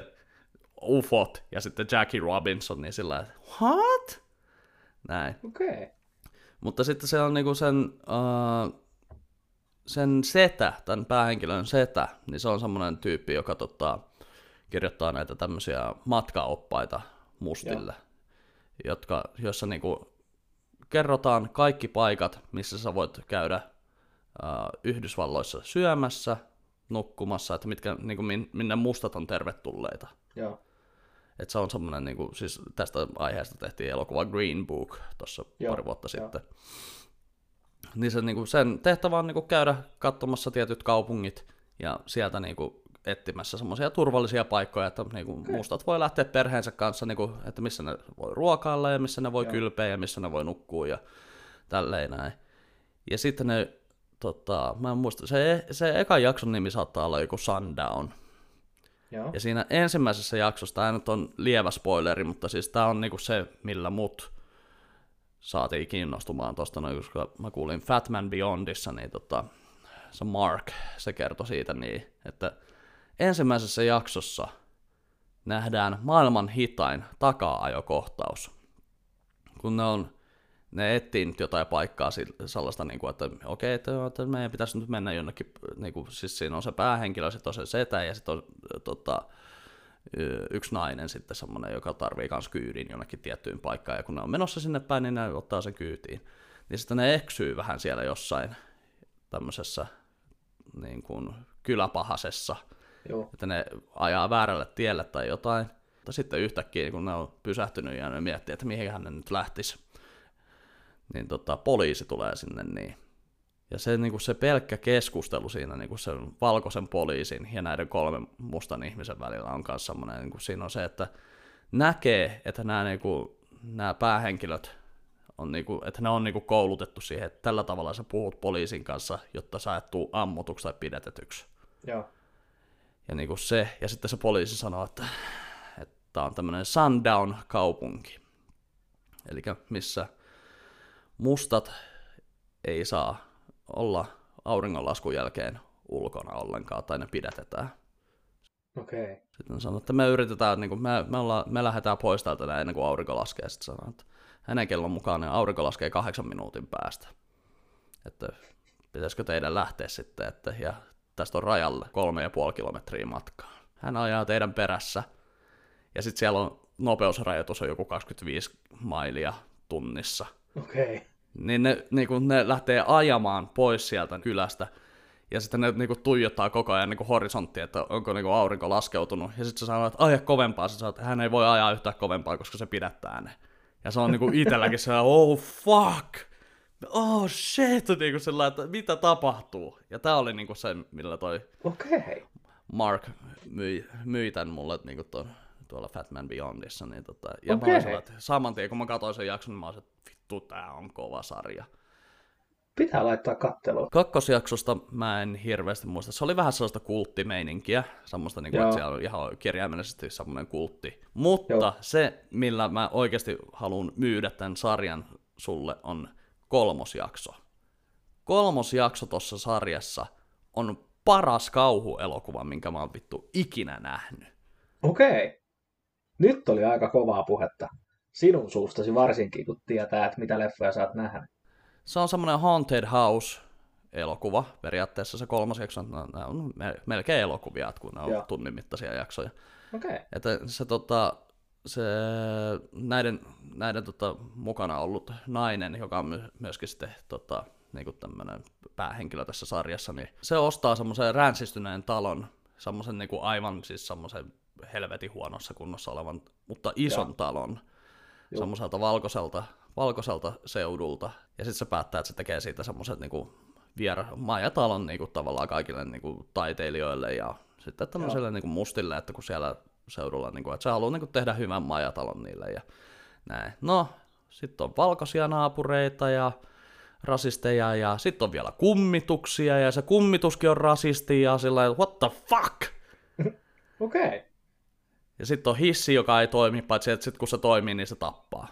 Speaker 1: ufot ja sitten Jackie Robinson, niin sillä että what? Näin.
Speaker 2: Okei. Okay.
Speaker 1: Mutta sitten se on niinku sen, uh, sen setä, tämän päähenkilön setä, niin se on semmoinen tyyppi, joka tota, kirjoittaa näitä tämmöisiä matkaoppaita mustille, jotka, jossa niinku kerrotaan kaikki paikat, missä sä voit käydä uh, Yhdysvalloissa syömässä, nukkumassa, että mitkä, niinku, minne mustat on tervetulleita.
Speaker 2: Joo.
Speaker 1: Et se on semmoinen, niinku, siis tästä aiheesta tehtiin elokuva Green Book tuossa pari vuotta jo. sitten. Niin se, niinku, sen tehtävä on niinku, käydä katsomassa tietyt kaupungit ja sieltä niinku, etsimässä semmoisia turvallisia paikkoja, että niinku, okay. mustat voi lähteä perheensä kanssa, niinku, että missä ne voi ruokailla ja missä ne voi Joo. kylpeä ja missä ne voi nukkua ja tälleen näin. Ja sitten ne, tota, mä en muista, se, se ekan jakson nimi saattaa olla joku Sundown.
Speaker 2: Joo.
Speaker 1: Ja siinä ensimmäisessä jaksossa, tämä nyt on lievä spoileri, mutta siis tämä on niinku se, millä mut saatiin kiinnostumaan tuosta, no, koska mä kuulin Fat Man Beyondissa, niin tota, se Mark, se kertoi siitä niin, että ensimmäisessä jaksossa nähdään maailman hitain taka-ajokohtaus, kun ne on ne etsii nyt jotain paikkaa sellaista, niin kuin, että okei, että, että meidän pitäisi nyt mennä jonnekin, niin kuin, siis siinä on se päähenkilö, sitten on se setä ja sitten on tota, yksi nainen sitten semmoinen, joka tarvii myös kyydin jonnekin tiettyyn paikkaan, ja kun ne on menossa sinne päin, niin ne ottaa sen kyytiin. Niin sitten ne eksyy vähän siellä jossain tämmöisessä niin kuin kyläpahasessa, Joo. että ne ajaa väärälle tielle tai jotain, mutta sitten yhtäkkiä, kun ne on pysähtynyt ja ne miettii, että mihin ne nyt lähtisi, niin tota, poliisi tulee sinne niin. Ja se, niin kuin se pelkkä keskustelu siinä niin kuin sen valkoisen poliisin ja näiden kolmen mustan ihmisen välillä on myös semmoinen, niin kuin siinä on se, että näkee, että nämä, niin kuin, nämä päähenkilöt on, niin kuin, että ne on niin kuin koulutettu siihen, että tällä tavalla sä puhut poliisin kanssa, jotta sä et tuu ammutuksi tai pidetetyksi.
Speaker 2: Joo.
Speaker 1: Ja niin kuin se, ja sitten se poliisi sanoo, että tämä on tämmöinen sundown-kaupunki, eli missä mustat ei saa olla auringonlaskun jälkeen ulkona ollenkaan, tai ne pidätetään.
Speaker 2: Okei. Okay.
Speaker 1: Sitten sanoo, että me yritetään, niin kuin, me, me, olla, me lähdetään pois täältä ennen kuin aurinko laskee. Sitten sanoo, että hänen kellon mukaan niin aurinko laskee kahdeksan minuutin päästä. Että pitäisikö teidän lähteä sitten, että ja tästä on rajalle kolme ja puoli kilometriä matkaa. Hän ajaa teidän perässä, ja sitten siellä on nopeusrajoitus on joku kaksikymmentäviisi mailia tunnissa.
Speaker 2: Okei. Okay.
Speaker 1: Niin ne, niinku, ne lähtee ajamaan pois sieltä kylästä, ja sitten ne niinku, tuijottaa koko ajan niinku, horisonttia, että onko niinku, aurinko laskeutunut, ja sitten se sanoo, että aja kovempaa, se sanoo, että hän ei voi ajaa yhtään kovempaa, koska se pidättää ne. Ja se on niinku, itselläkin sellainen, oh fuck, oh shit, niinku, sellainen, että mitä tapahtuu. Ja tää oli niinku, se, millä toi
Speaker 2: okay.
Speaker 1: Mark myi, myi tän mulle niinku, ton, tuolla Fat Man Beyondissa. Niin tota, ja
Speaker 2: okay.
Speaker 1: mä olin sellainen, saman tien kun mä katsoin sen jakson, niin mä olin, että vittu, tää on kova sarja.
Speaker 2: Pitää laittaa kattelua.
Speaker 1: Kakkosjaksosta mä en hirveästi muista. Se oli vähän sellaista kulttimeininkiä, semmoista, niin kuin, että siellä on ihan kirjaimellisesti semmoinen kultti. Mutta Joo. se, millä mä oikeasti haluan myydä tämän sarjan sulle, on kolmosjakso. Kolmosjakso tuossa sarjassa on paras kauhuelokuva, minkä mä oon vittu ikinä nähnyt.
Speaker 2: Okei. Okay. Nyt oli aika kovaa puhetta. Sinun suustasi varsinkin, kun tietää, että mitä leffoja sä oot nähnyt.
Speaker 1: Se on semmoinen Haunted House-elokuva. Periaatteessa se kolmas jakso on melkein elokuvia, kun ne on Joo. tunnin mittaisia jaksoja.
Speaker 2: Okay.
Speaker 1: Että se, tota, se näiden, näiden tota, mukana ollut nainen, joka on myöskin sitten tota, niinku tämmöinen päähenkilö tässä sarjassa, niin se ostaa semmoisen ränsistyneen talon, semmoisen niinku aivan siis semmoisen helvetin huonossa kunnossa olevan, mutta ison Joo. talon, Joo. semmoiselta valkoiselta, valkoiselta seudulta. Ja sitten se päättää, että se tekee siitä semmoiset niinku viera majatalon niinku tavallaan kaikille niinku taiteilijoille ja sitten tämmöiselle niinku mustille, että kun siellä seudulla, niinku, että se haluaa niinku tehdä hyvän majatalon niille ja näin. No, sitten on valkoisia naapureita ja rasisteja ja sitten on vielä kummituksia ja se kummituskin on rasisti ja sillä what the fuck?
Speaker 2: Okei. Okay.
Speaker 1: Ja sitten on hissi, joka ei toimi, paitsi että sit kun se toimii, niin se tappaa.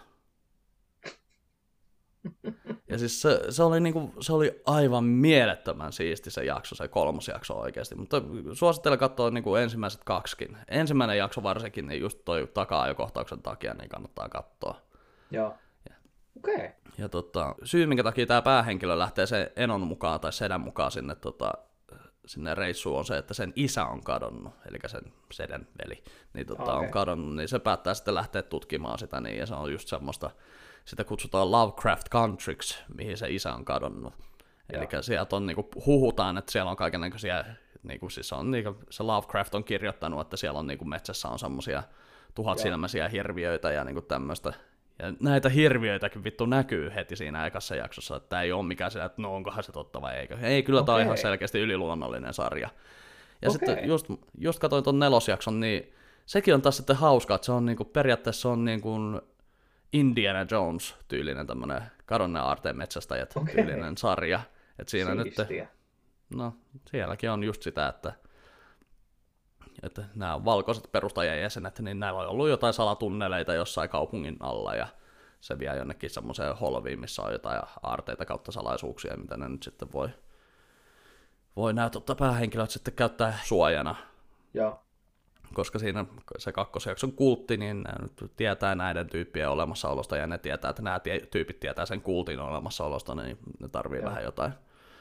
Speaker 1: Ja siis se, se, oli niinku, se oli aivan mielettömän siisti se jakso, se kolmas jakso oikeasti. Mutta suosittelen katsoa niinku ensimmäiset kaksikin. Ensimmäinen jakso varsinkin, niin just toi taka-ajokohtauksen takia, niin kannattaa katsoa.
Speaker 2: Joo. Okei. Okay.
Speaker 1: Ja tota, syy, minkä takia tämä päähenkilö lähtee sen enon mukaan tai sedän mukaan sinne, tota, sinne reissuun, on se, että sen isä on kadonnut, eli sen sedän veli, niin tota, okay. on kadonnut, niin se päättää sitten lähteä tutkimaan sitä, niin, ja se on just semmoista, sitä kutsutaan Lovecraft Countryksi, mihin se isä on kadonnut. Eli sieltä on, niinku, huhutaan, että siellä on kaikennäköisiä, niinku, siis on, niinku, se Lovecraft on kirjoittanut, että siellä on niinku, metsässä on semmoisia tuhatsilmäisiä hirviöitä ja niinku, tämmöistä. Ja näitä hirviöitäkin vittu näkyy heti siinä ekassa jaksossa, että tämä ei ole mikään sillä, että no onkohan se totta vai eikö. Ei, kyllä tämä okay. on ihan selkeästi yliluonnollinen sarja. Ja okay. sitten just, just katsoin ton nelosjakson, niin sekin on taas sitten hauska, että se on niinku, periaatteessa on niinku Indiana Jones-tyylinen tämmönen kadonneen aarteen metsästäjät okay. tyylinen sarja. Et siinä nyt, no sielläkin on just sitä, että että nämä on valkoiset perustajajäsenet, niin näillä on ollut jotain salatunneleita jossain kaupungin alla, ja se vie jonnekin semmoiseen holviin, missä on jotain aarteita kautta salaisuuksia, mitä ne nyt sitten voi, voi nämä totta päähenkilöt sitten käyttää suojana.
Speaker 2: Joo.
Speaker 1: Koska siinä se kakkosjakson kultti, niin nämä nyt tietää näiden tyyppien olemassaolosta, ja ne tietää, että nämä tyypit tietää sen kultin olemassaolosta, niin ne tarvii Joo. vähän jotain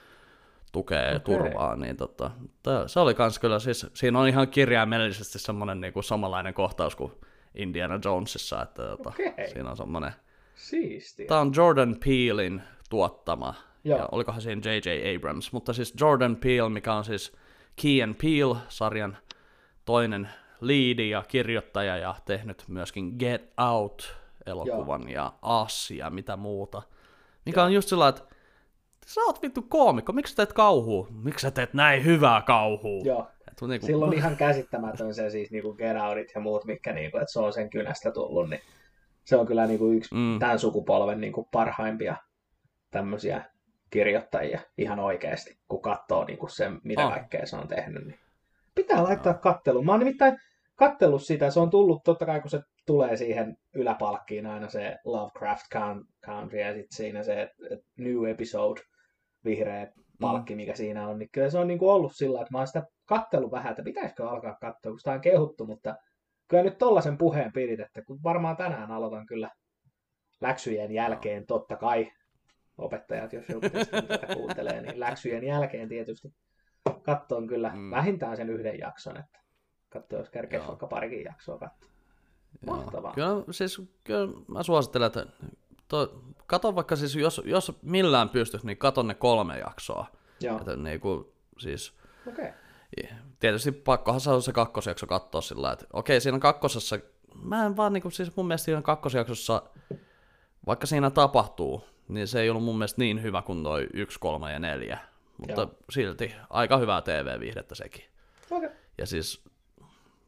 Speaker 1: tukea ja okay. turvaa, niin tota, se oli kans kyllä, siis siinä on ihan kirjaimellisesti semmoinen niinku samanlainen kohtaus kuin Indiana Jonesissa, että tota, okay. siinä on semmoinen,
Speaker 2: siistiä.
Speaker 1: Tämä on Jordan Peelin tuottama, Joo. ja olikohan siinä J J Abrams, mutta siis Jordan Peele, mikä on siis Key and Peele-sarjan toinen liidi ja kirjoittaja, ja tehnyt myöskin Get Out-elokuvan, Joo. ja Us ja mitä muuta, mikä Joo. on just sillä, että sä oot vittu koomikko, miksi sä teet kauhua? Miksi sä teet näin hyvää kauhua?
Speaker 2: Joo, niinku silloin on ihan käsittämätön se siis niinku Get Outit ja muut, mitkä niinku, että se on sen kynästä tullut, niin se on kyllä niinku yksi mm. tämän sukupolven niinku parhaimpia tämmöisiä kirjoittajia ihan oikeasti, kun katsoo niinku sen, mitä oh. kaikkea se on tehnyt. Niin pitää laittaa no. katteluun. Mä oon nimittäin kattellut sitä, se on tullut totta kai, kun se tulee siihen yläpalkkiin aina se Lovecraft Country ja sitten siinä se New Episode, vihreä palkki, mikä mm. siinä on, niin kyllä se on niin kuin ollut sillä, että mä oon sitä kattellut vähän, että pitäisikö alkaa katsoa, kun sitä on kehuttu, mutta kyllä nyt tollaisen puheen pidit, että kun varmaan tänään aloitan kyllä läksyjen jälkeen, totta kai opettajat, jos joku tätä kuuntelee, niin läksyjen jälkeen tietysti katsoin kyllä mm. vähintään sen yhden jakson, että katsoin, jos kerkeisi vaikka parikin jaksoa katsoa. Mahtavaa.
Speaker 1: Kyllä, siis, kyllä mä suosittelen, että to, kato vaikka siis, jos, jos millään pystyt, niin kato ne kolme jaksoa.
Speaker 2: Joo.
Speaker 1: Että niin kuin, siis,
Speaker 2: okay.
Speaker 1: tietysti pakkohan se on se kakkosjakso katsoa sillä, että okei, siinä kakkosessa, mä en vaan niin kuin, siis mun mielestä siinä kakkosjaksossa, vaikka siinä tapahtuu, niin se ei ollut mun mielestä niin hyvä kuin toi yksi, kolme ja neljä. Mutta Joo. silti aika hyvää T V-viihdettä sekin.
Speaker 2: Okay.
Speaker 1: Ja siis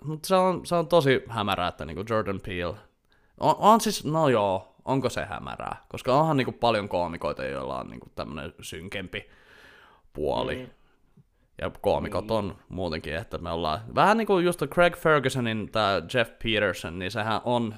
Speaker 1: mutta se on, se on tosi hämärää, että niinku Jordan Peele, on, on siis, no joo, onko se hämärää, koska onhan niinku paljon koomikoita, joilla on niinku tämmönen synkempi puoli. Mm. Ja koomikot niin. On muutenkin, että me ollaan, vähän niinku just Craig Fergusonin tää Jeff Peterson, niin sehän on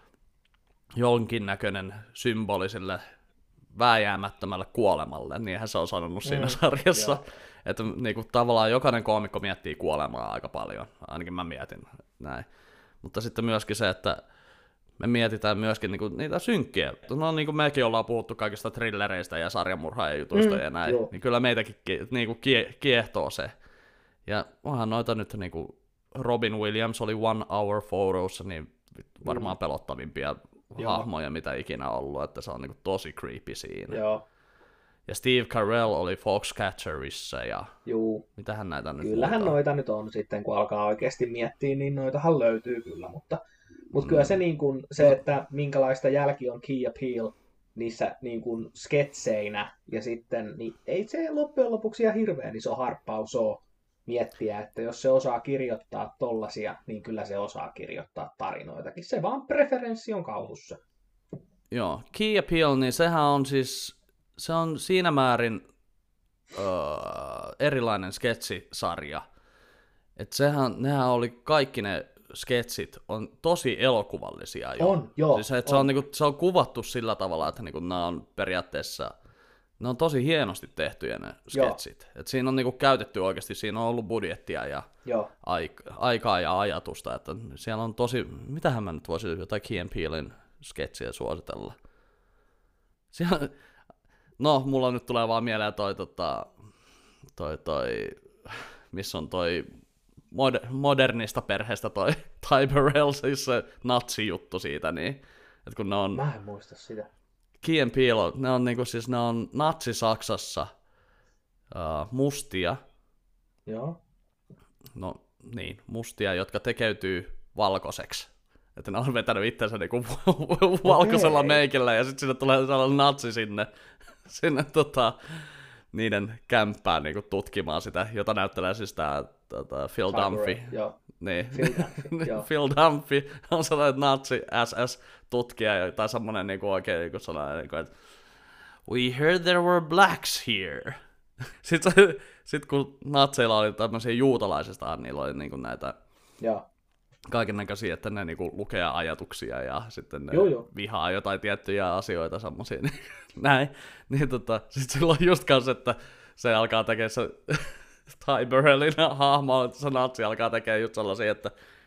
Speaker 1: jonkinnäköinen symboli sille vääjäämättömälle kuolemalle, niinhän se on sanonut siinä mm, sarjassa. Joo. Että niinku, tavallaan jokainen koomikko miettii kuolemaa aika paljon, ainakin mä mietin näin. Mutta sitten myöskin se, että me mietitään myöskin niinku, niitä synkkiä. No niin kuin mekin ollaan puhuttu kaikista thrillereistä ja sarjamurhaajajutuista mm, ja näin, joo. Niin kyllä meitäkin niinku, kie, kiehtoo se. Ja onhan noita nyt, niinku, Robin Williams oli One Hour Photos, niin varmaan mm. pelottavimpia Joo. hahmoja, mitä ikinä ollut, että se on niinku tosi creepy siinä. Joo. Ja Steve Carell oli Foxcatcherissa ja Juu. Mitähän näitä nyt
Speaker 2: Kyllähän
Speaker 1: muuta?
Speaker 2: Noita nyt on sitten, kun alkaa oikeasti miettiä, niin noitahan löytyy kyllä, mutta, mutta mm. kyllä se, niin kuin, se, että minkälaista jälki on Key and Peele niissä niin kuin sketseinä ja sitten, niin ei se loppujen lopuksi ihan hirveän iso harppaus ole miettiä, että jos se osaa kirjoittaa tollasia, niin kyllä se osaa kirjoittaa tarinoitakin. Se vaan preferenssi on kauhussa.
Speaker 1: Joo, Key and Peele, niin sehän on siis, se on siinä määrin öö, erilainen sketsisarja. Että sehän, nehän oli kaikki ne sketsit on tosi elokuvallisia jo. On, joo. Siis, että on. Se, on, niinku, se on kuvattu silla tavalla, että niinku, nämä on periaatteessa ne on tosi hienosti tehtyjä ne sketsit. Et siinä on niinku käytetty oikeasti, siinä on ollut budjettia ja aik- aikaa ja ajatusta. Että siellä on tosi, mitähän mä nyt voisin jotain Key and Peelen sketsiä suositella. Siellä, no, mulla nyt tulee vaan mieleen toi, tota, toi, toi missä on toi moder- modernista perheestä toi Ty Burrell, siis se natsi-juttu siitä. Niin, että kun ne on,
Speaker 2: mä en muista sitä.
Speaker 1: Key and Peele, ne on, niinku, siis ne on natsi-Saksassa uh, mustia.
Speaker 2: Joo.
Speaker 1: No niin, mustia, jotka tekeytyy valkoiseksi. Että ne on vetänyt itsensä niinku valkoisella okay. meikillä ja sitten sinne tulee sellainen natsi sinne, sinne tota, niiden kämppään niinku tutkimaan sitä, jota näyttelee siis tää tota, Phil Dunphy.
Speaker 2: Joo.
Speaker 1: Niin.
Speaker 2: Phil Dunphy, joo.
Speaker 1: Phil Dunphy on sellainen natsi S S-tutkija tai semmoinen niinku oikein niinku sellainen, niinku, että we heard there were blacks here. Sitten sit kun natseilla oli tämmöisiä juutalaisista, niillä oli niinku näitä
Speaker 2: joo.
Speaker 1: kaikennäköisiä, että ne niinku lukee ajatuksia ja sitten ne
Speaker 2: joo, joo.
Speaker 1: vihaa jotain tiettyjä asioita semmosia. Niin, näin. Niin tota, sit silloin just kanssa, että se alkaa tekemään se Ty Burrellin hahmo, että se natsi alkaa tekemään just sellaisia, että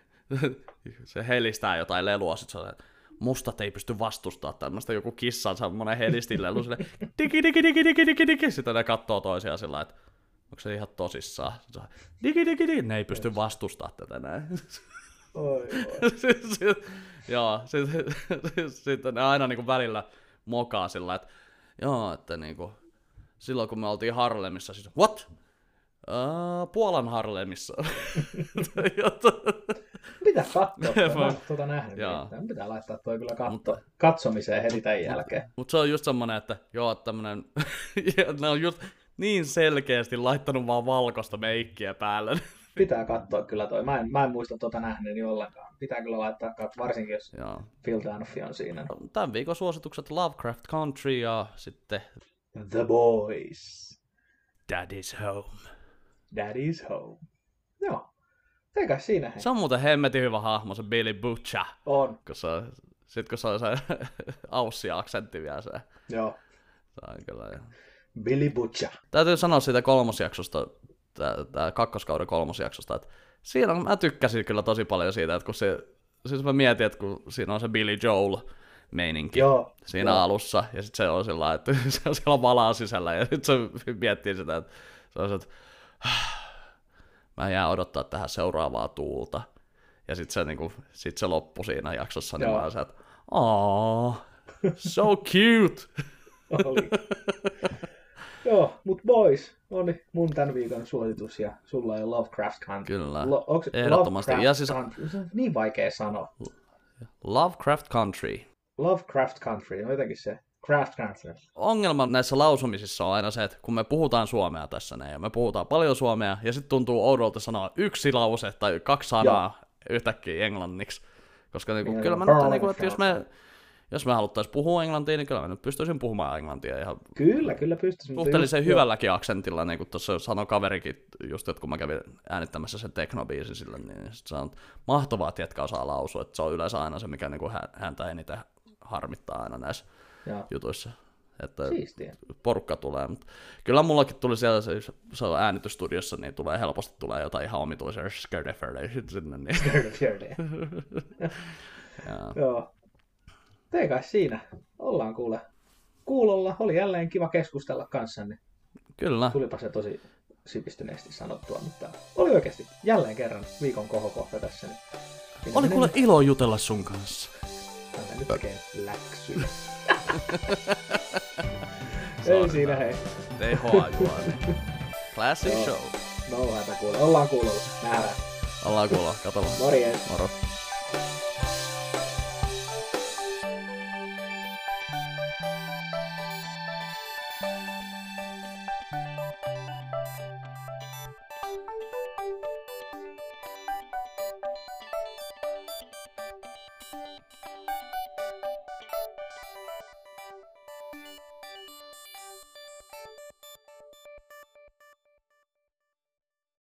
Speaker 1: se helistää jotain lelua, sit se on, että mustat ei pysty vastustamaan tämmöistä, joku kissan semmonen helistilelu, silleen digi digi digi digi digi digi, sitten ne kattoo toisiaan sillä että onko se ihan tosissaan, sitten se digi digi digi, ne ei pysty vastustamaan tätä näin.
Speaker 2: Oi, oi.
Speaker 1: Joo, sitten ne aina niinku välillä mokaa sillä että joo, että niinku silloin kun me oltiin Harlemissa, siis what? Uh, Puolan Harlemissa.
Speaker 2: Pitää katsoa, mä oon tuota nähnyt. Pitää laittaa toi kyllä katso- mutta, katsomiseen heti tämän jälkeen.
Speaker 1: Mutta se on just semmonen, että joo, tämmönen, ne on just niin selkeästi laittanut vaan valkoista meikkiä päälle.
Speaker 2: Pitää katsoa kyllä toi. Mä en, mä en muista tuota nähneeni ollenkaan. Pitää kyllä laittaa katsoa, varsinkin jos joo. Phil Dunphy on siinä.
Speaker 1: Tämän viikon suositukset Lovecraft Country ja sitten
Speaker 2: The Boys.
Speaker 1: Daddy's Home.
Speaker 2: Daddy's Home. Joo. Eikä siinä hei.
Speaker 1: Se on muuten hemmetin hyvä hahmo, se Billy Butcher.
Speaker 2: On.
Speaker 1: Kun se, sit kun se on se Aussi-aksentti vielä se.
Speaker 2: Joo.
Speaker 1: Se on kyllä.
Speaker 2: Billy Butcher.
Speaker 1: Täytyy sanoa siitä kolmosjaksosta, tää, tää kakkoskauden kolmosjaksosta, että siinä mä tykkäsin kyllä tosi paljon siitä, että kun se, siis mä mietin, että kun siinä on se Billy Joel meininki
Speaker 2: joo,
Speaker 1: siinä joo. alussa, ja sitten se on sillä että se on siellä valaa sisällä, ja sitten se miettii sitä, että se on se, että mä jään odottaa tähän seuraavaa tuulta. Ja sitten se, niinku, sit se loppui siinä jaksossa, niin joo. mä oon se, että aww, so cute.
Speaker 2: Oli. Joo, mut boys, oli mun tän viikon suositus, ja sulla on Lovecraft Country.
Speaker 1: Kyllä,
Speaker 2: Lo-
Speaker 1: ehdottomasti.
Speaker 2: Lovecraft
Speaker 1: ja siis...
Speaker 2: Country, se on niin vaikea sanoa.
Speaker 1: Lovecraft Country.
Speaker 2: Lovecraft Country, no jotenkin se. Craft Country.
Speaker 1: Ongelma näissä lausumisissa on aina se, että kun me puhutaan suomea tässä näin, ja me puhutaan paljon suomea, ja sitten tuntuu oudolta sanoa yksi lause tai kaksi sanaa yhtäkkiä englanniksi. Koska niinku,
Speaker 2: Niin,
Speaker 1: kyllä mä nyt, niinku, että jos me, jos me haluttais puhua englantia, niin kyllä mä nyt pystyisin puhumaan englantia ihan
Speaker 2: Kyllä, kyllä pystyisin.
Speaker 1: suhteellisen hyvälläkin aksentilla, niin kuin tuossa sanoi kaverikin, just että kun mä kävin äänittämässä sen teknobiisin sille, niin sit sanoi, että mahtavaa, että jätkä osaa lausua, että se on yleensä aina se, mikä niinku häntä eniten harmittaa aina näissä ja. jutuissa. Että siistiä. Porukka tulee. Mutta kyllä mullakin tuli siellä, se on äänitysstudiossa, niin tulee helposti tulee jotain ihan omituisia skirdeferdeja sinne. Niin.
Speaker 2: Skirdeferdeja. Joo. Ei kai siinä. Ollaan kuule kuulolla. Oli jälleen kiva keskustella kanssanne.
Speaker 1: Kyllä.
Speaker 2: Tulipa se tosi sipistyneesti sanottua, mutta oli oikeasti jälleen kerran viikon kohokohta tässä. Niin
Speaker 1: oli kuule ilo jutella sun kanssa.
Speaker 2: Mä nyt tekee läksyä. Ei siinä hei.
Speaker 1: T H A Juhani. Classic show.
Speaker 2: No hätä kuule. Ollaan kuulolla. Nähdään.
Speaker 1: Ollaan kuulolla. Kato vaan.
Speaker 2: Morjens.
Speaker 1: Moro.